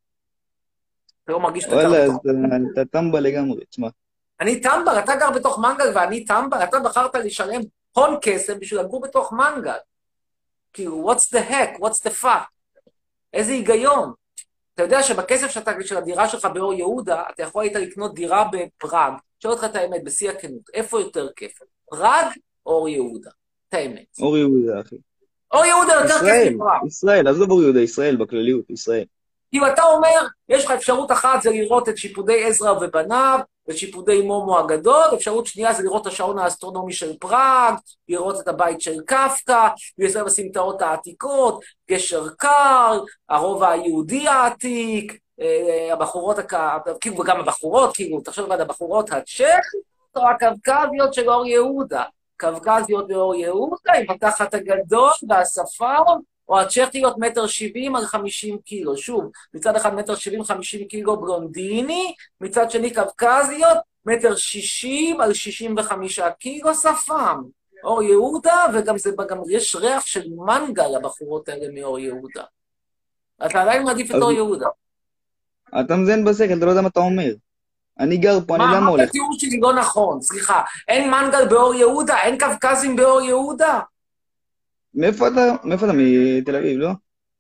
אתה לא מרגיש שאתה גר בתוך... וואלה, אתה טמבל לגמרי, תשמע. אני טמבל, אתה גר בתוך מנגל ואני טמבל, אתה בחרת לשלם הון כסף בשביל לגור בתוך מנגל. כאילו, what's the heck? what's the fuck? איזה היגיון? אתה יודע שבכסף שאתה, של הדירה שלך באור יהודה, אתה יכול היית לקנות דירה בפראג. שואל אותך את האמת, בשיא הכנות, איפה יותר כיף? פראג או אור יהודה? את האמת. אור יהודה, אחי. אור יהודה יותר כיף מפראג. ישראל, עזוב אור יהודה, ישראל, בכלליות, ישראל. כאילו אתה אומר, יש לך אפשרות אחת זה לראות את שיפודי עזרא ובניו, ואת שיפודי מומו הגדול, אפשרות שנייה זה לראות את השעון האסטרונומי של פראג, לראות את הבית של קפקא, לסביב הסמטאות העתיקות, גשר קר, הרובע היהודי העתיק, הבחורות, כאילו וגם הבחורות, כאילו, תחשוב על הבחורות הצ'כיות, או הקווקזיות של אור יהודה, קווקזיות באור יהודה, עם התחת הגדול והשפר, או הצ'כיות מטר שבעים על חמישים קילו. שוב, מצד אחד מטר שבעים חמישים קילו בלונדיני, מצד שני קווקזיות, מטר שישים על שישים וחמישה קילו שפם. אור יהודה, וגם זה, גם יש ריח של מנגה לבחורות האלה מאור יהודה. אתה עדיין מעדיף את אור יהודה. אתה מזיין בשכל, אתה לא יודע מה אתה אומר. אני גר פה, אני למה הולך. מה, התיאור שלי לא נכון, סליחה. אין מנגל באור יהודה? אין קווקזים באור יהודה? מאיפה אתה, מאיפה אתה? מתל אביב, לא?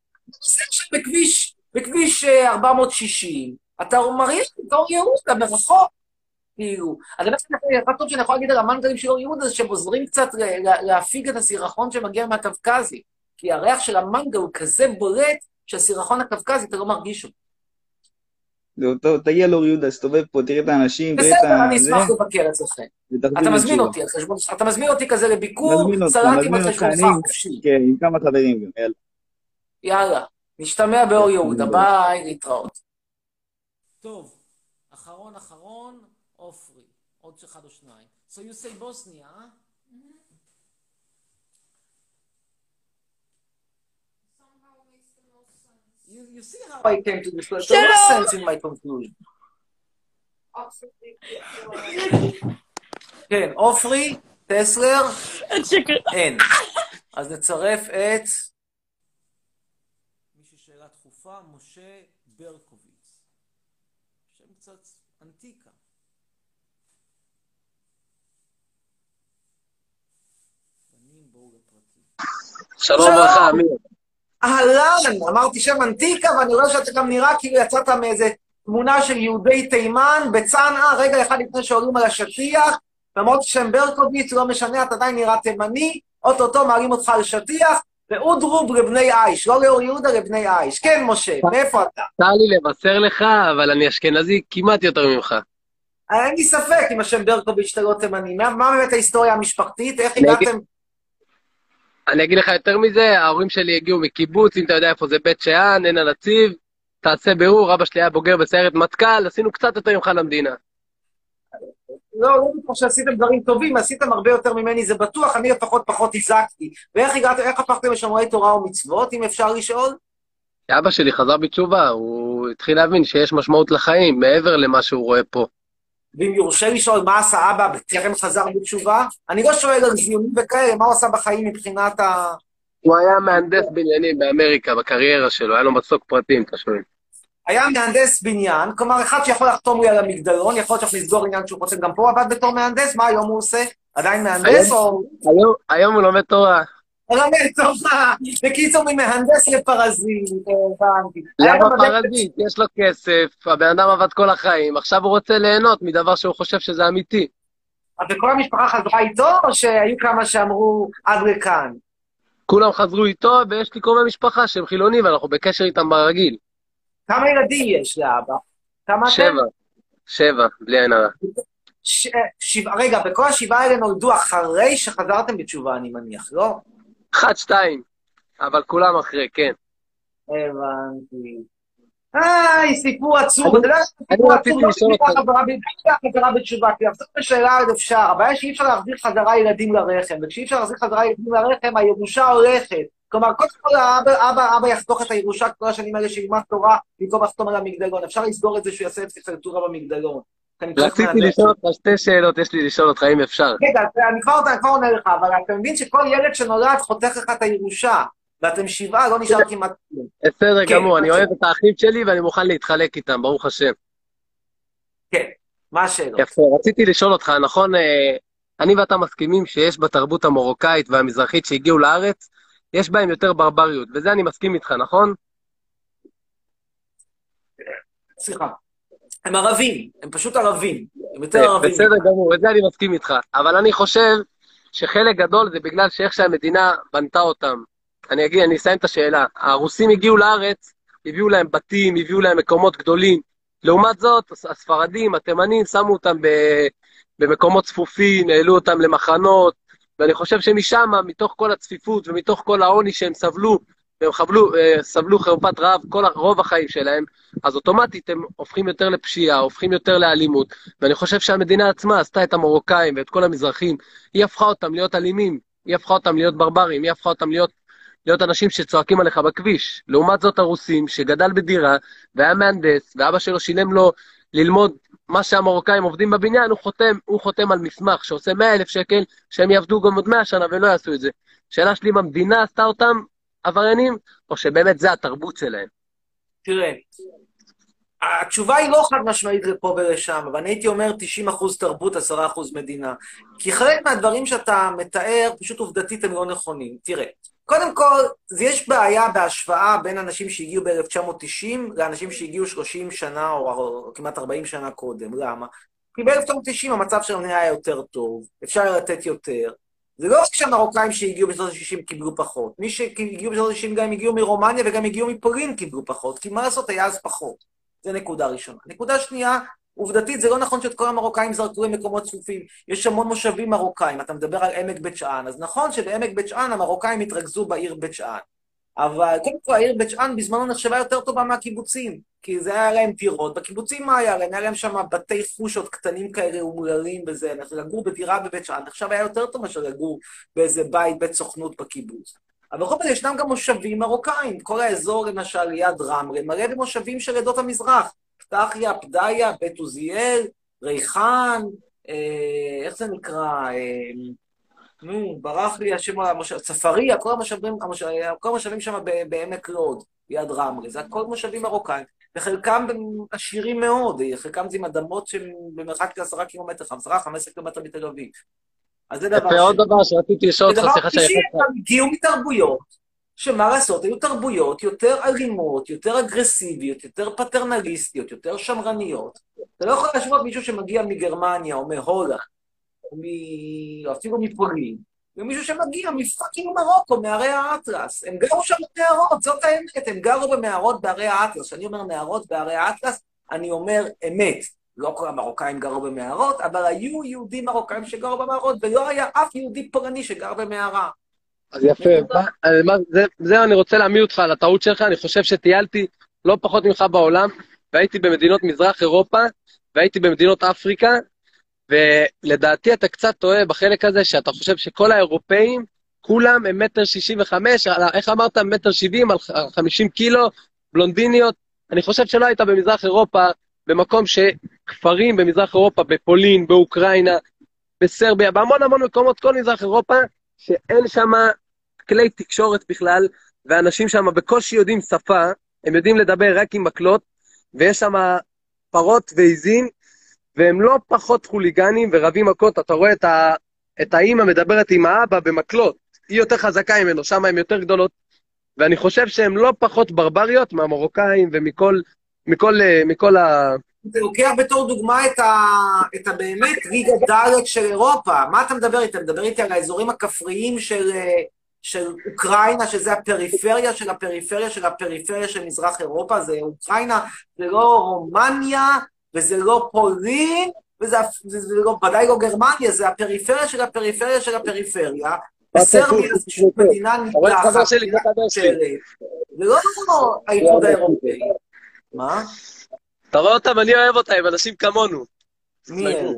בכביש, בכביש ארבע מאות שישים, אתה מריח את אור יהודה מרחוק. כאילו, אז אחד טוב שאני יכול להגיד על המנגלים של אור יהודה, זה שהם עוזרים קצת להפיג את הסירחון שמגיע מהקווקזי. כי הריח של המנגל הוא כזה בולט, שהסירחון הקווקזי אתה לא מרגיש אותו. תגיע לאור יהודה, סתובב פה, תראה את האנשים, בסדר, אני אשמח לבקר אצלכם. אתה מזמין אותי על חשבון, אתה מזמין אותי כזה לביקור, סלטים על חשבונך חופשי. כן, עם כמה חברים גם, יאללה. יאללה, נשתמע באור יהודה, ביי, להתראות. טוב, אחרון אחרון, אופרי, עוד אחד או שניים. So you say Bosnia, huh? You, you see how I came to this place? There was sense in my conclusion. כן, אופרי, טסלר, אין. אז נצרף את... מישהי שאלה דחופה, משה ברקוביץ. שם קצת אנטיקה. בנים בואו לפרטי. שלום ברכה, אמיר. אהלן, אמרתי שם אנטיקה, ואני רואה שאתה גם נראה כאילו יצאת מאיזה תמונה של יהודי תימן, בצנעה, רגע אחד לפני שעולים על השטיח, למרות ששם ברקוביץ, לא משנה, אתה עדיין נראה תימני, אוטוטו מעלים אותך על שטיח, ואודרוב לבני איש, לא לאור יהודה, לבני איש. כן, משה, מאיפה אתה? צר לי לבשר לך, אבל אני אשכנזי כמעט יותר ממך. אין לי ספק אם השם ברקוביץ אתה לא תימני. מה, מה באמת ההיסטוריה המשפחתית? איך הגעתם? אני אגיד לך יותר מזה, ההורים שלי הגיעו מקיבוץ, אם אתה יודע איפה זה בית שאן, עין הנציב, תעשה בירור, אבא שלי היה בוגר בסיירת מטכ"ל, עשינו קצת יותר ממך למדינה. לא, לא בטוח שעשיתם דברים טובים, עשיתם הרבה יותר ממני, זה בטוח, אני לפחות פחות הזקתי. ואיך הגעתם, איך הפכתם לשומרי תורה ומצוות, אם אפשר לשאול? אבא שלי חזר בתשובה, הוא התחיל להבין שיש משמעות לחיים, מעבר למה שהוא רואה פה. ואם יורשה לשאול מה עשה אבא בטרם חזר בתשובה, אני לא שואל על זיונים וכאלה, מה הוא עשה בחיים מבחינת ה... הוא היה מהנדס בניינים באמריקה, בקריירה שלו, היה לו מסוק פרטים, אתה שואל. היה מהנדס בניין, כלומר אחד שיכול לחתום לי על המגדלון, יכול להיות שאנחנו לסגור עניין שהוא רוצה, גם פה עבד בתור מהנדס, מה היום הוא עושה? עדיין מהנדס או... היום, היום הוא לומד תורה. לומד תורה, בקיצור ממהנדס לפרזית, הבנתי. למה פרזית? יש לו כסף, הבן אדם עבד כל החיים, עכשיו הוא רוצה ליהנות מדבר שהוא חושב שזה אמיתי. אז וכל המשפחה חזרה איתו, או שהיו כמה שאמרו עד לכאן? כולם חזרו איתו, ויש לי קרובי משפחה שהם חילונים, ואנחנו בקשר איתם ברגיל. כמה ילדים יש לאבא? כמה שבע. אתם? שבע, בלי עין הרע. ש... שבע... רגע, בכל השבעה האלה נולדו אחרי שחזרתם בתשובה, אני מניח, לא? אחד, שתיים. אבל כולם אחרי, כן. הבנתי. איי, סיפור עצוב. אני רציתי לשאול אותך. חזרה בתשובה, כי לחזור בשאלה עוד אפשר. הבעיה שאי אפשר להחזיר חזרה ילדים לרחם, וכשאי אפשר להחזיר חזרה ילדים לרחם, הירושה הולכת. כלומר, קודם כל האבא יחתוך את הירושה כל השנים האלה שילמד תורה, במקום לחתום על המגדלון. אפשר לסגור את זה שהוא יעשה פסיכולטורה במגדלון. רציתי לשאול אותך שתי שאלות, יש לי לשאול אותך אם אפשר. רגע, אני כבר עונה לך, אבל אתה מבין שכל ילד שנולד חותך לך את הירושה, ואתם שבעה, לא נשאר כמעט כלום. בסדר גמור, אני אוהב את האחים שלי ואני מוכן להתחלק איתם, ברוך השם. כן, מה השאלות? יפה, רציתי לשאול אותך, נכון, אני ואתה מסכימים שיש בתרבות המרוקאית והמזרחית שהגיעו לארץ, יש בהם יותר ברבריות, וזה אני מסכים איתך, נכון? סליחה. הם ערבים, הם פשוט ערבים, הם יותר ערבים. בסדר גמור, את זה אני מסכים איתך, אבל אני חושב שחלק גדול זה בגלל שאיך שהמדינה בנתה אותם. אני אגיד, אני אסיים את השאלה. הרוסים הגיעו לארץ, הביאו להם בתים, הביאו להם מקומות גדולים. לעומת זאת, הספרדים, התימנים, שמו אותם במקומות צפופים, העלו אותם למחנות, ואני חושב שמשם, מתוך כל הצפיפות ומתוך כל העוני שהם סבלו, והם חבלו, סבלו חרפת רעב כל רוב החיים שלהם, אז אוטומטית הם הופכים יותר לפשיעה, הופכים יותר לאלימות, ואני חושב שהמדינה עצמה עשתה את המרוקאים ואת כל המזרחים, היא הפכה אותם להיות אלימים, היא הפכה אותם להיות ברברים, היא הפכה אותם להיות, להיות אנשים שצועקים עליך בכביש. לעומת זאת הרוסים, שגדל בדירה, והיה מהנדס, ואבא שלו שילם לו ללמוד מה שהמרוקאים עובדים בבניין, הוא חותם, הוא חותם על מסמך שעושה מאה אלף שקל, שהם יעבדו גם עוד מאה שנה ולא יעשו את זה. שאלה שלי, אם המדינה עשתה אותם עבריינים, או שבאמת זה התרבות שלהם? תראה, התשובה היא לא חד משמעית לפה ולשם, אבל אני הייתי אומר תשעים אחוז תרבות, עשרה אחוז מדינה. כי חלק מהדברים שאתה מתאר, פשוט עובדתית הם לא נכונים. תראה, קודם כל, יש בעיה בהשוואה בין אנשים שהגיעו ב-אלף תשע מאות תשעים לאנשים שהגיעו שלושים שנה או, או כמעט ארבעים שנה קודם. למה? כי ב-אלף תשע מאות תשעים המצב שלנו היה יותר טוב, אפשר לתת יותר. זה לא רק שהמרוקאים שהגיעו בשנות ה-שישים קיבלו פחות. מי שהגיעו בשנות ה-שישים גם הגיעו מרומניה וגם הגיעו מפולין קיבלו פחות, כי מה לעשות היה אז פחות. זה נקודה ראשונה. נקודה שנייה, עובדתית, זה לא נכון שאת כל המרוקאים זרקו למקומות צפופים. יש המון מושבים מרוקאים, אתה מדבר על עמק בית שאן, אז נכון שבעמק בית שאן המרוקאים התרכזו בעיר בית שאן. אבל קודם כל העיר בית שאן בזמנו נחשבה יותר טובה מהקיבוצים, כי זה היה להם דירות. בקיבוצים מה היה להם? היה להם שם בתי חושות קטנים כאלה אומללים וזה, לגור בדירה בבית שאן, עכשיו היה יותר טוב מאשר לגור באיזה בית, בית סוכנות בקיבוץ. אבל בכל זאת ישנם גם מושבים מרוקאים, כל האזור למשל ליד רמלה, מלא במושבים של עדות המזרח, פתחיה, פדיה, בית עוזיאל, ריחן, אה, איך זה נקרא? אה, נו, ברח לי השם על המושב, צפריה, כל המושבים, המושב, כל המושבים שם בעמק לוד, ליד רמלה, זה הכל מושבים מרוקאים, וחלקם עשירים מאוד, חלקם זה עם אדמות שהם במרחק עשרה קילומטר, עשרה, חמישה עשר קילומטר מתל אביב. אז זה דבר ועוד דבר שרציתי לשאול אותך, סליחה שאני חושב. ודבר שלישי, הגיעו מתרבויות, שמה לעשות, היו תרבויות יותר אלימות, יותר אגרסיביות, יותר פטרנליסטיות, יותר שמרניות. אתה לא יכול להשוות מישהו שמגיע מגרמניה או מהולנד, או אפילו מפולין, ומישהו שמגיע מפאקינג מרוקו, מערי האטלס. הם גרו שם במערות, זאת האמת, הם גרו במערות בערי האטלס. כשאני אומר מערות בערי האטלס, אני אומר אמת. לא כל המרוקאים גרו במערות, אבל היו יהודים מרוקאים שגרו במערות, ולא היה אף יהודי פולני שגר במערה. אז יפה, זה אני רוצה להעמיד אותך על הטעות שלך, אני חושב שטיילתי לא פחות ממך בעולם, והייתי במדינות מזרח אירופה, והייתי במדינות אפריקה, ולדעתי אתה קצת טועה בחלק הזה, שאתה חושב שכל האירופאים, כולם הם מטר שישים וחמש, איך אמרת, מטר שבעים על חמישים קילו, בלונדיניות, אני חושב שלא היית במזרח אירופה, במקום שכפרים במזרח אירופה, בפולין, באוקראינה, בסרביה, בהמון המון מקומות, כל מזרח אירופה, שאין שם כלי תקשורת בכלל, ואנשים שם בקושי יודעים שפה, הם יודעים לדבר רק עם מקלות, ויש שם פרות ועיזים, והם לא פחות חוליגנים ורבים מכות, אתה רואה את, ה... את האמא מדברת עם האבא במקלות, היא יותר חזקה ממנו, שם הן יותר גדולות, ואני חושב שהן לא פחות ברבריות מהמרוקאים ומכל מכל, מכל ה... אתה לוקח בתור דוגמה את, ה... את הבאמת ליגה ד' של אירופה, מה אתה מדבר איתי? אתה מדבר איתי על האזורים הכפריים של, של אוקראינה, שזה הפריפריה של הפריפריה של הפריפריה של מזרח אירופה, זה אוקראינה, זה לא רומניה, וזה לא פולין, וזה זה, זה לא, ודאי לא גרמניה, זה הפריפריה של הפריפריה של הפריפריה, וסרביה זה פשוט מדינה נפלחת, זה לא האיחוד האירופאי. מה? אתה רואה אותם, אני אוהב אותם, אנשים כמונו. מי אלו?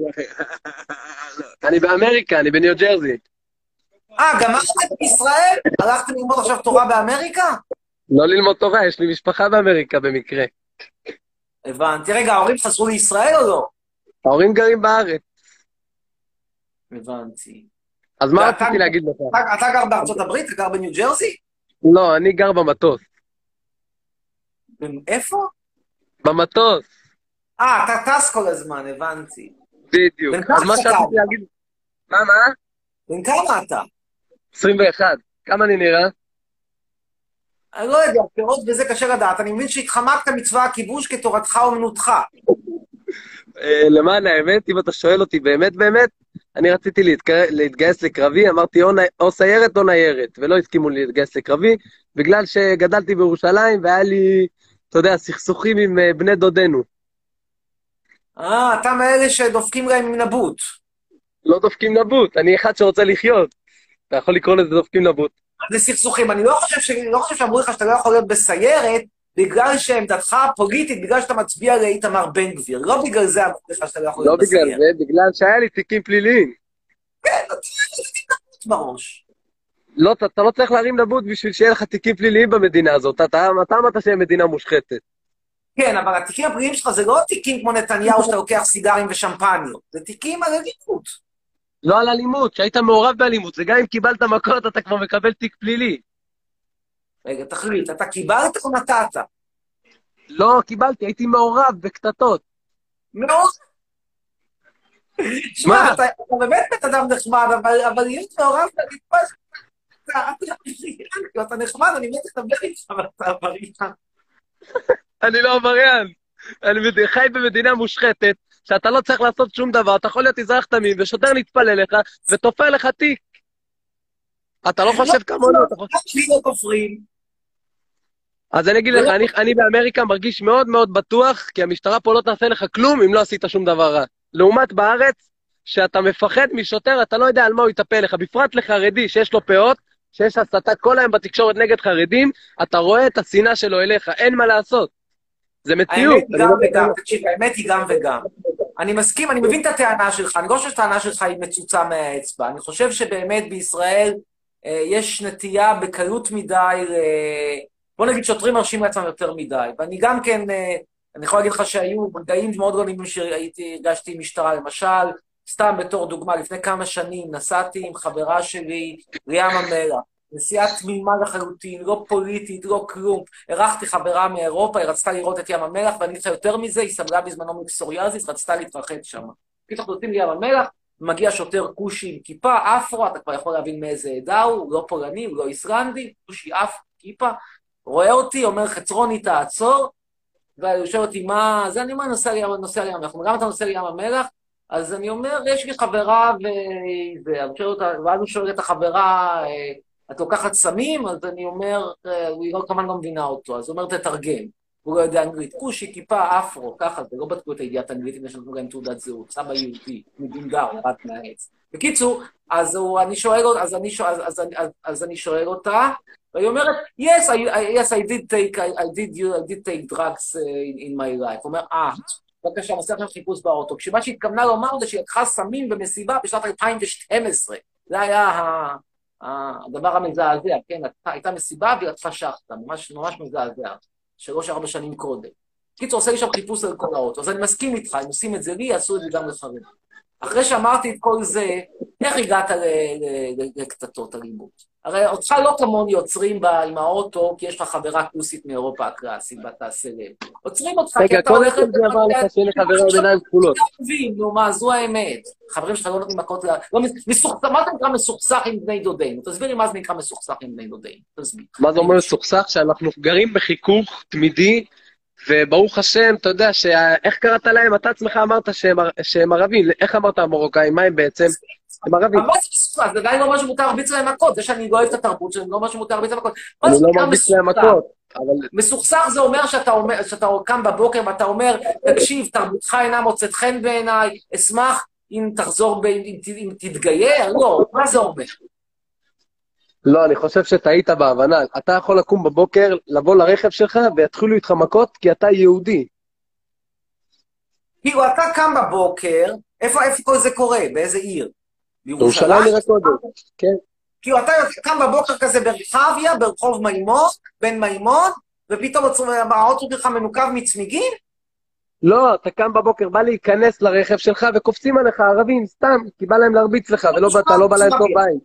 אני באמריקה, אני בניו ג'רזי. אה, גם הלכתם בישראל? הלכתם ללמוד עכשיו תורה באמריקה? לא ללמוד תורה, יש לי משפחה באמריקה במקרה. הבנתי. רגע, ההורים חזרו לישראל או לא? ההורים גרים בארץ. הבנתי. אז מה רציתי להגיד לך? אתה גר בארצות הברית? אתה גר בניו ג'רזי? לא, אני גר במטוס. איפה? במטוס. אה, אתה טס כל הזמן, הבנתי. בדיוק. אז מה שרציתי להגיד... מה, מה? בן כמה אתה? עשרים ואחת. כמה אני נראה? אני לא יודע, פירות וזה קשה לדעת. אני מבין שהתחמקת מצבא הכיבוש כתורתך אומנותך. למען האמת, אם אתה שואל אותי באמת באמת, אני רציתי להתגייס לקרבי, אמרתי או סיירת או ניירת, ולא הסכימו לי להתגייס לקרבי, בגלל שגדלתי בירושלים והיה לי, אתה יודע, סכסוכים עם בני דודנו. אה, אתה מאלה שדופקים להם עם נבוט. לא דופקים נבוט, אני אחד שרוצה לחיות. אתה יכול לקרוא לזה דופקים נבוט. זה סכסוכים, אני לא חושב, ש... לא חושב שאמרו לך שאתה לא יכול להיות בסיירת, בגלל שעמדתך הפוליטית, בגלל שאתה מצביע לאיתמר בן גביר. לא בגלל זה אמרו לך שאתה לא יכול להיות בסיירת. לא בגלל זה, בגלל שהיה לי תיקים פליליים. כן, לא תהיה לי בראש. לא, אתה, אתה לא צריך להרים נבוט בשביל שיהיה לך תיקים פליליים במדינה הזאת. אתה, אתה אמרת שהיא מדינה מושחתת. כן, אבל התיקים הפליליים שלך זה לא תיקים כמו נתניהו שאתה לוקח סיגרים ושמפניות. זה תיקים על אלימות. לא על אלימות, שהיית מעורב באלימות. זה גם אם קיבלת מכות, אתה כבר מקבל תיק פלילי. רגע, תחליט, אתה קיבלת או נתת? לא, קיבלתי, הייתי מעורב בקטטות. מעורב? שמע, אתה באמת בית אדם נחמד, אבל להיות מעורב, אתה נחמד, אני מת לדבר איתך, אבל אתה עבריין. אני לא עבריין. אני חי במדינה מושחתת, שאתה לא צריך לעשות שום דבר, אתה יכול להיות אזרח תמים, ושוטר נתפלל לך, ותופר לך תיק. אתה לא חושב כמונו, אתה חושב... לי לא תופרים. אז אני אגיד לך, אני, אני באמריקה מרגיש מאוד מאוד בטוח, כי המשטרה פה לא תעשה לך כלום אם לא עשית שום דבר רע. לעומת בארץ, שאתה מפחד משוטר, אתה לא יודע על מה הוא יטפל לך, בפרט לחרדי שיש לו פאות, שיש הסתה כל היום בתקשורת נגד חרדים, אתה רואה את השנאה שלו אליך, אין מה לעשות. זה מציאות. האמת היא גם וגם, תקשיב, האמת היא גם וגם. אני מסכים, אני מבין את הטענה שלך, אני לא חושב שהטענה שלך היא מצוצה מהאצבע, אני חושב שבאמת בישראל אה, יש נטייה בקלות מדי, אה, בוא נגיד שוטרים מרשים לעצמם יותר מדי, ואני גם כן, אה, אני יכול להגיד לך שהיו רגעים מאוד גדולים שהייתי, הגשתי משטרה, למשל, סתם בתור דוגמה, לפני כמה שנים נסעתי עם חברה שלי לים המלח, נסיעה תמימה לחלוטין, לא פוליטית, לא כלום. ערכתי חברה מאירופה, היא רצתה לראות את ים המלח, ואני איתך יותר מזה, היא סבלה בזמנו מפסוריאזיס, רצתה להתרחץ שם. פתאום נותנים לים המלח, מגיע שוטר כושי עם כיפה, אפרו, אתה כבר יכול להבין מאיזה עדה הוא, הוא לא פולני, הוא לא איסלנדי, כושי אפרו, כיפה, רואה אותי, אומר חצרוני תעצור, והוא שואל אותי מה, זה אני אומר נוסע לים המלח, גם אתה נוסע לים המלח, אז אני אומר, יש לי חברה, ואז הוא שואל את החברה, את לוקחת סמים? אז אני אומר, היא לא כמובן לא מבינה אותו, אז הוא אומר, תתרגם. הוא לא יודע אנגלית. כושי, כיפה, אפרו, ככה, זה לא בדקו את הידיעת האנגלית, אם יש לנו להם תעודת זהות, סבא יהודי, מדינגר, ירד מהעץ. בקיצור, אז הוא, אני שואל, אז אני שואל, אז, אז, אז, אז אני שואל אותה, והיא אומרת, yes, I, I, yes, I did take, I, I did, I did take drugs uh, in, in my life. הוא אומר, אה, בבקשה, נעשה לכם חיפוש באוטו. כשמה שהתכוונה לומר זה שהיא לקחה סמים במסיבה בשנת אלפיים ושתים עשרה. זה היה ה... הדבר המזעזע, כן, הייתה מסיבה והיא עטפה שחטה, ממש, ממש מזעזע, שלוש ארבע שנים קודם. קיצור, עושה לי שם חיפוש על כל האוטו, אז אני מסכים איתך, אם עושים את זה לי, יעשו את זה גם לחרדים. אחרי שאמרתי את כל זה, איך הגעת לקטטות אלימות? הרי אותך לא כמוני עוצרים עם האוטו, כי יש לך חברה כוסית מאירופה הקלאסית, ואתה סלב. עוצרים אותך, כי אתה הולך... רגע, קודם כל זה עבר לך שאין חברה ביניים כפולות. נו מה, זו האמת. חברים שלך לא נותנים מכות... מה זה נקרא מסוכסך עם בני דודינו? תסביר לי מה זה נקרא מסוכסך עם בני דודינו. תסביר. מה זה אומר מסוכסך? שאנחנו גרים בחיכוך תמידי, וברוך השם, אתה יודע, איך קראת להם? אתה עצמך אמרת שהם ערבים. איך אמרת המרוקאים? מה הם בעצם? הם ערבים. אבל זה עדיין לא אומר שמותר להרביץ להם מכות. זה שאני לא אוהב את התרבות שלהם, לא אומר שמותר להרביץ להם מכות. אני לא מרביץ להם מכות. מסוכסך זה אומר שאתה קם בבוקר ואתה אומר, תקשיב, תרבותך אינה מוצאת חן בעיניי, אשמח אם תחזור, אם תתגייר. לא, מה זה אומר? לא, אני חושב שטעית בהבנה. אתה יכול לקום בבוקר, לבוא לרכב שלך, ויתחילו איתך מכות, כי אתה יהודי. כאילו, אתה קם בבוקר, איפה כל זה קורה? באיזה עיר? בירושלים נראה קודם, כן. כאילו, אתה קם בבוקר כזה ברחביה, ברחוב מימון, בן מימון, ופתאום האוטו שלך מנוקב מצמיגים? לא, אתה קם בבוקר, בא להיכנס לרכב שלך, וקופצים עליך ערבים, סתם, כי בא להם להרביץ לך, ואתה לא בא להם טוב בעין.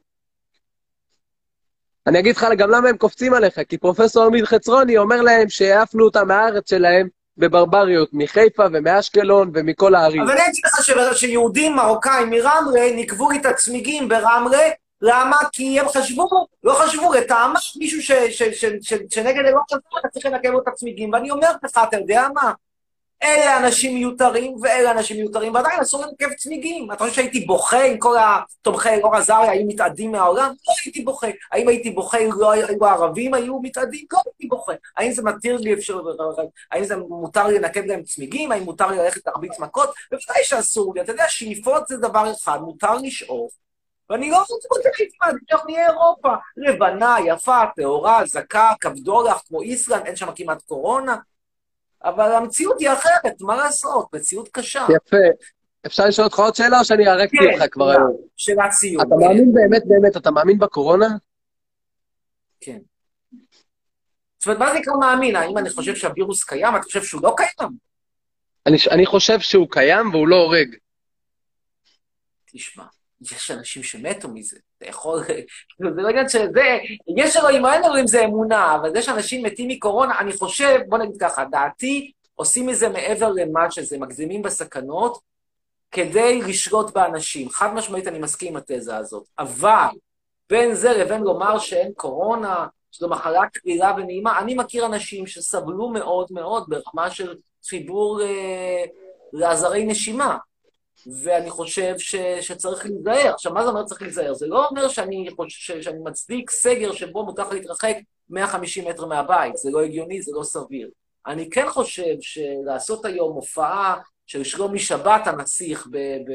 אני אגיד לך גם למה הם קופצים עליך, כי פרופסור עמית חצרוני אומר להם שהעפנו אותם מהארץ שלהם בברבריות, מחיפה ומאשקלון ומכל הערים. אבל אני אגיד לך שיהודים מרוקאים מרמלה נקבו את הצמיגים ברמלה, למה? כי הם חשבו, לא חשבו, לטעמה מישהו שנגד אלוהים אתה צריך לנקב את הצמיגים, ואני אומר לך, אתה יודע מה? אלה אנשים מיותרים ואלה אנשים מיותרים, ועדיין אסור לנקב צמיגים. אתה חושב שהייתי בוכה עם כל התומכי אלאור אזריה, היו מתאדים מהעולם? לא הייתי בוכה. האם הייתי בוכה אם לא היו הערבים היו מתאדים? לא הייתי בוכה. האם זה מתיר לי אפשר, האם זה מותר לי לנקב להם צמיגים? האם מותר לי ללכת להרביץ מכות? בוודאי שאסור לי. אתה יודע, שאיפות זה דבר אחד, מותר לשאוף. ואני לא רוצה לראות איך יתמד, איך נהיה אירופה. לבנה, יפה, טהורה, זכה, כבדולח, כמו איסלנד, אין שם כמעט קורונה. אבל המציאות היא אחרת, מה לעשות? מציאות קשה. יפה. אפשר לשאול אותך עוד שאלה או שאני הרגתי אותך כבר היום? שאלת סיום. אתה מאמין באמת, באמת, אתה מאמין בקורונה? כן. זאת אומרת, מה זה נקרא מאמין? האם אני חושב שהווירוס קיים? אתה חושב שהוא לא קיים? אני חושב שהוא קיים והוא לא הורג. תשמע. יש אנשים שמתו מזה, אתה יכול, זה לא עניין שזה, יש אלוהים או אין אלוהים זה אמונה, אבל זה שאנשים מתים מקורונה, אני חושב, בוא נגיד ככה, דעתי, עושים מזה מעבר למה שזה, מגזימים בסכנות, כדי לשלוט באנשים. חד משמעית אני מסכים עם התזה הזאת, אבל בין זה לבין לומר שאין קורונה, שזו מחלה קלילה ונעימה, אני מכיר אנשים שסבלו מאוד מאוד ברמה של חיבור אה, לעזרי נשימה. ואני חושב ש, שצריך להיזהר. עכשיו, מה זה אומר צריך להיזהר? זה לא אומר שאני, חושב, שאני מצדיק סגר שבו מותר להתרחק מאה וחמישים מטר מהבית. זה לא הגיוני, זה לא סביר. אני כן חושב שלעשות היום הופעה של שלומי שבת הנסיך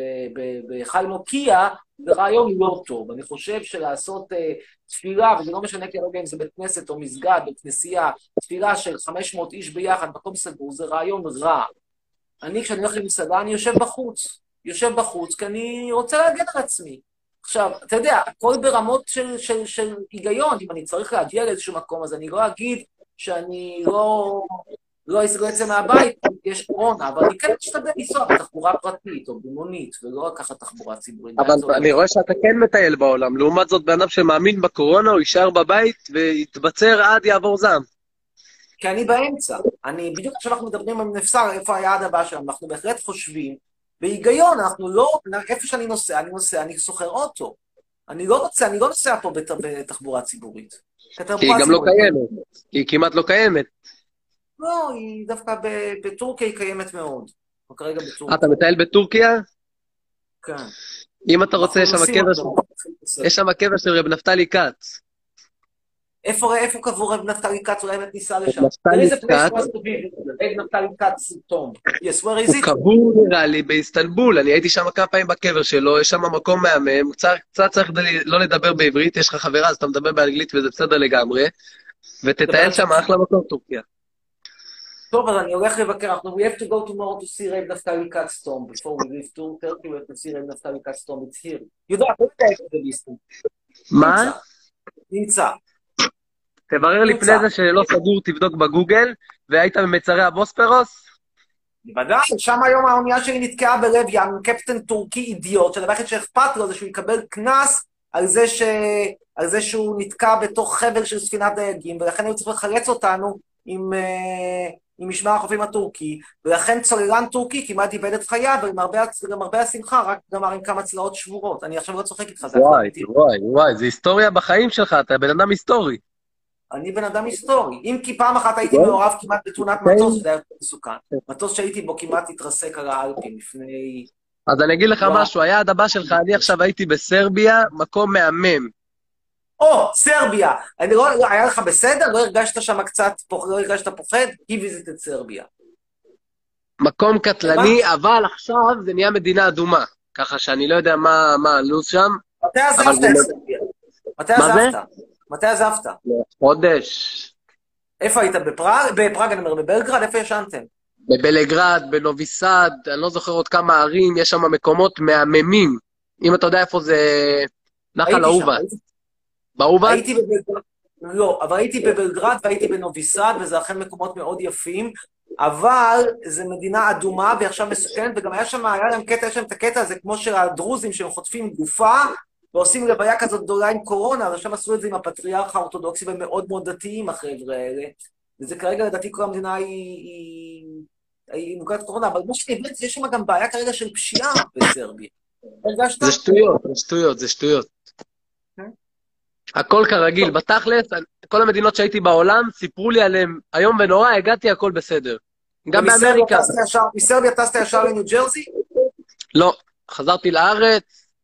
בחי נוקיה, זה רעיון לא טוב. אני חושב שלעשות uh, תפילה, וזה לא משנה כרגע אם זה בית כנסת או מסגד, בית כנסייה, תפילה של חמש מאות איש ביחד, מקום סגור, זה רעיון רע. אני, כשאני הולך למסעדה, אני יושב בחוץ. יושב בחוץ, כי אני רוצה להגן על עצמי. עכשיו, אתה יודע, הכל ברמות של, של, של היגיון, אם אני צריך להגיע לאיזשהו מקום, אז אני לא אגיד שאני לא... לא יצא מהבית, יש קורונה, אבל אני כן משתדל לנסוע בתחבורה פרטית או במונית, ולא לקחת תחבורה ציבורית. אבל אני רואה שאתה כן מטייל בעולם. לעומת זאת, בן אדם שמאמין בקורונה, הוא יישאר בבית ויתבצר עד יעבור זעם. כי אני באמצע. אני, בדיוק עכשיו אנחנו מדברים עם נפסר, איפה היעד הבא שלנו. אנחנו בהחלט חושבים, בהיגיון, אנחנו לא, איפה שאני נוסע, אני נוסע, אני סוחר אוטו. אני לא רוצה, אני לא נוסע פה בתחבורה ציבורית. כי היא גם לא קיימת. היא כמעט לא קיימת. לא, היא דווקא בטורקיה היא קיימת מאוד. כרגע בטורקיה. אתה מטייל בטורקיה? כן. אם אתה רוצה, יש שם קבר של... יש שם קבר של רב נפתלי קץ. איפה קבור רב נפתלי קץ? אולי באמת ניסה לשם. נפתלי קץ. רב נפתלי קץ טום. Yes, where is it? הוא קבור נראה לי באיסטנבול. אני הייתי שם כמה פעמים בקבר שלו, יש שם מקום מהמם. קצת צריך לא לדבר בעברית, יש לך חברה, אז אתה מדבר באנגלית וזה בסדר לגמרי. ותטייל שם אחלה מקום טורקיה. טוב, אז אני הולך לבקר, אנחנו, we have to go tomorrow to see רב נפתלי קץ טום, before we leave to Turkey, we have to see רב נפתלי קץ טום, it's here. יודע, לא יודע איפה זה ליסטון. מה? נמצא. תברר לפני זה שלא סגור, תבדוק בגוגל, והיית במצרי הבוספרוס? בוודאי, שם היום האונייה שלי נתקעה בלב ים, עם קפטן טורקי אידיוט, שהדבר אחד שאכפת לו זה שהוא יקבל קנס על זה, ש... על זה שהוא נתקע בתוך חבל של ספינת דייגים, ולכן הוא צריך לחלץ אותנו עם... עם משמר החופים הטורקי, ולכן צוללן טורקי כמעט איבד את חייו, וגם הרבה השמחה, רק גמר עם כמה צלעות שבורות. אני עכשיו לא צוחק איתך. וואי, וואי, וואי, זה היסטוריה בחיים שלך, אתה בן אדם היסטורי. אני בן אדם היסטורי. אם כי פעם אחת הייתי מעורב כמעט בתאונת מטוס, זה היה מסוכן. מטוס שהייתי בו כמעט התרסק על האלפים לפני... אז אני אגיד לך משהו, היעד הבא שלך, אני עכשיו הייתי בסרביה, מקום מהמם. או, סרביה. אני לא, היה לך בסדר? לא הרגשת שם קצת, לא הרגשת פוחד? היא ויזיטת סרביה. מקום קטלני, אבל עכשיו זה נהיה מדינה אדומה. ככה שאני לא יודע מה, מה הלו"ז שם. מתי עזבת את סרביה? מתי עזבת? מתי עזבת? חודש. איפה היית? בפראג? בפראג, אני אומר, בבלגרד? איפה ישנתם? בבלגרד, בנוביסד, אני לא זוכר עוד כמה ערים, יש שם מקומות מהממים. אם אתה יודע איפה זה נחל אהובה. באהובה? הייתי בבלגרד, לא, אבל הייתי בבלגרד והייתי בנוביסד, וזה אכן מקומות מאוד יפים, אבל זה מדינה אדומה ועכשיו מסוכנת, וגם היה שם, היה להם קטע, יש להם את הקטע הזה, כמו של הדרוזים שהם חוטפים גופה, ועושים לוויה כזאת גדולה עם קורונה, אז עכשיו עשו את זה עם הפטריארך האורתודוקסי, והם מאוד מאוד דתיים החבר'ה האלה, וזה כרגע לדעתי כל המדינה היא מוקדת קורונה, אבל כמו שנבלת, יש שם גם בעיה כרגע של פשיעה בסרביה. הרגשת? זה שטויות, זה שטויות, זה שטויות. הכל כרגיל, בתכלס, כל המדינות שהייתי בעולם, סיפרו לי עליהם, היום ונורא, הגעתי, הכל בסדר. גם באמריקה. מסרביה טסת ישר לניו ג'רזי? לא, חזרתי לארץ,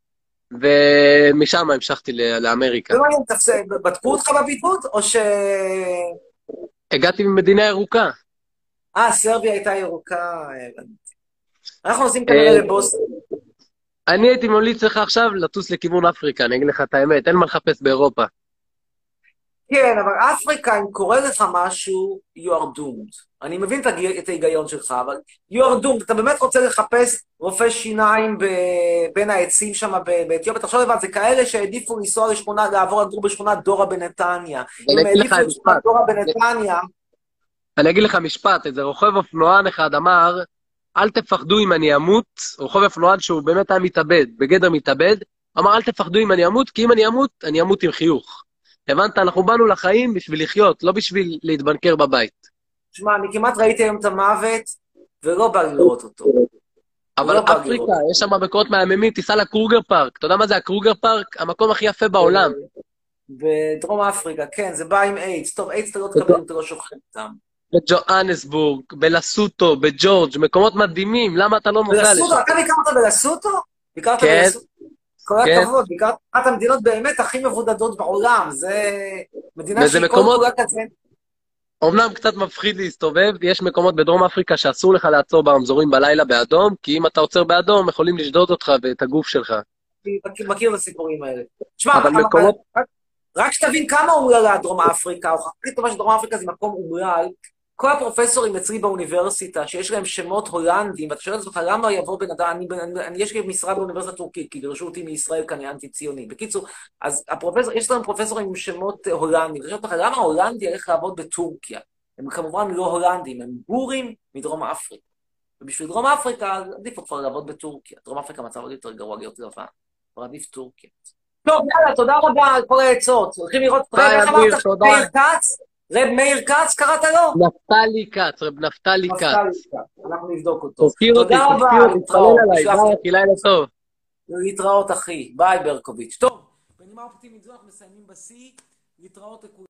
ומשם המשכתי לאמריקה. בדקו אותך בבידוד, או ש... הגעתי ממדינה ירוקה. אה, סרביה הייתה ירוקה. אנחנו נוסעים כנראה לבוסטון. אני הייתי ממליץ לך עכשיו לטוס לכיוון אפריקה, אני אגיד לך את האמת, אין מה לחפש באירופה. כן, אבל אפריקה, אם קורה לך משהו, you are doomed. אני מבין את ההיגיון שלך, אבל you are doomed. אתה באמת רוצה לחפש רופא שיניים בין העצים שם באתיופיה. תחשוב לבד, זה כאלה שהעדיפו לנסוע לשכונה, לעבור לגור בשכונת דורה בנתניה. אם העדיפו לשכונת דורה בנתניה... אני אגיד לך משפט, איזה רוכב אופנוען אחד אמר, אל תפחדו אם אני אמות, רוכב אופנוען שהוא באמת היה מתאבד, בגדר מתאבד, אמר אל תפחדו אם אני אמות, כי אם אני אמות, אני אמות עם חיוך. הבנת, אנחנו באנו לחיים בשביל לחיות, לא בשביל להתבנקר בבית. תשמע, אני כמעט ראיתי היום את המוות, ולא בא לי לראות אותו. אבל אפריקה, יש שם מקומות מהממים, תיסע לקרוגר פארק. אתה יודע מה זה הקרוגר פארק? המקום הכי יפה בעולם. בדרום אפריקה, כן, זה בא עם איידס. טוב, איידס אתה לא תקבל אם אתה לא שוכן איתם. בג'ואנסבורג, בלסוטו, בג'ורג', מקומות מדהימים, למה אתה לא נוסע לשם? בלסוטו, אתה ביקרת בלסוטו? ביקרת כן. בלסוטו? כל הכבוד, ביקרת אחת המדינות באמת הכי מבודדות בעולם, זה מדינה שהיא כל כולה כזה. אומנם קצת מפחיד להסתובב, יש מקומות בדרום אפריקה שאסור לך לעצור ברמזורים בלילה באדום, כי אם אתה עוצר באדום, יכולים לשדוד אותך ואת הגוף שלך. אני מכיר את הסיפורים האלה. תשמע, רק שתבין כמה אומלל דרום אפריקה, או חכית טובה שדרום אפריקה זה מקום אומלל, כל הפרופסורים אצלי באוניברסיטה, שיש להם שמות הולנדים, ואתה שואל את עצמך, למה יבוא בן אדם, אני, אני, אני יש לי משרה באוניברסיטה טורקית, כי דרשו אותי מישראל כי אני אנטי-ציוני. בקיצור, אז הפרופסור, יש לנו פרופסורים עם שמות הולנדים, ואתה שואל אותך, למה הולנדי הולך לעבוד בטורקיה? הם כמובן לא הולנדים, הם בורים מדרום אפריקה. ובשביל דרום אפריקה, עדיף כבר לעבוד בטורקיה. דרום אפריקה מצב עוד יותר גרוע, להיות לבן. אבל עדיף טורקיה. טוב, יאללה, תודה רבה על כל העצות. הולכים לראות, איך אמרת, מאיר כץ? רב מאיר כץ, קראת לו? נפתלי כץ, רב נפתלי כץ. אנחנו נבדוק אותו. תודה רבה, להתראות. לילה טוב. להתראות, אחי. ביי, ברקוביץ'. טוב, בנימה אופטימית זו אנחנו מסיימים בשיא. להתראות לכולם.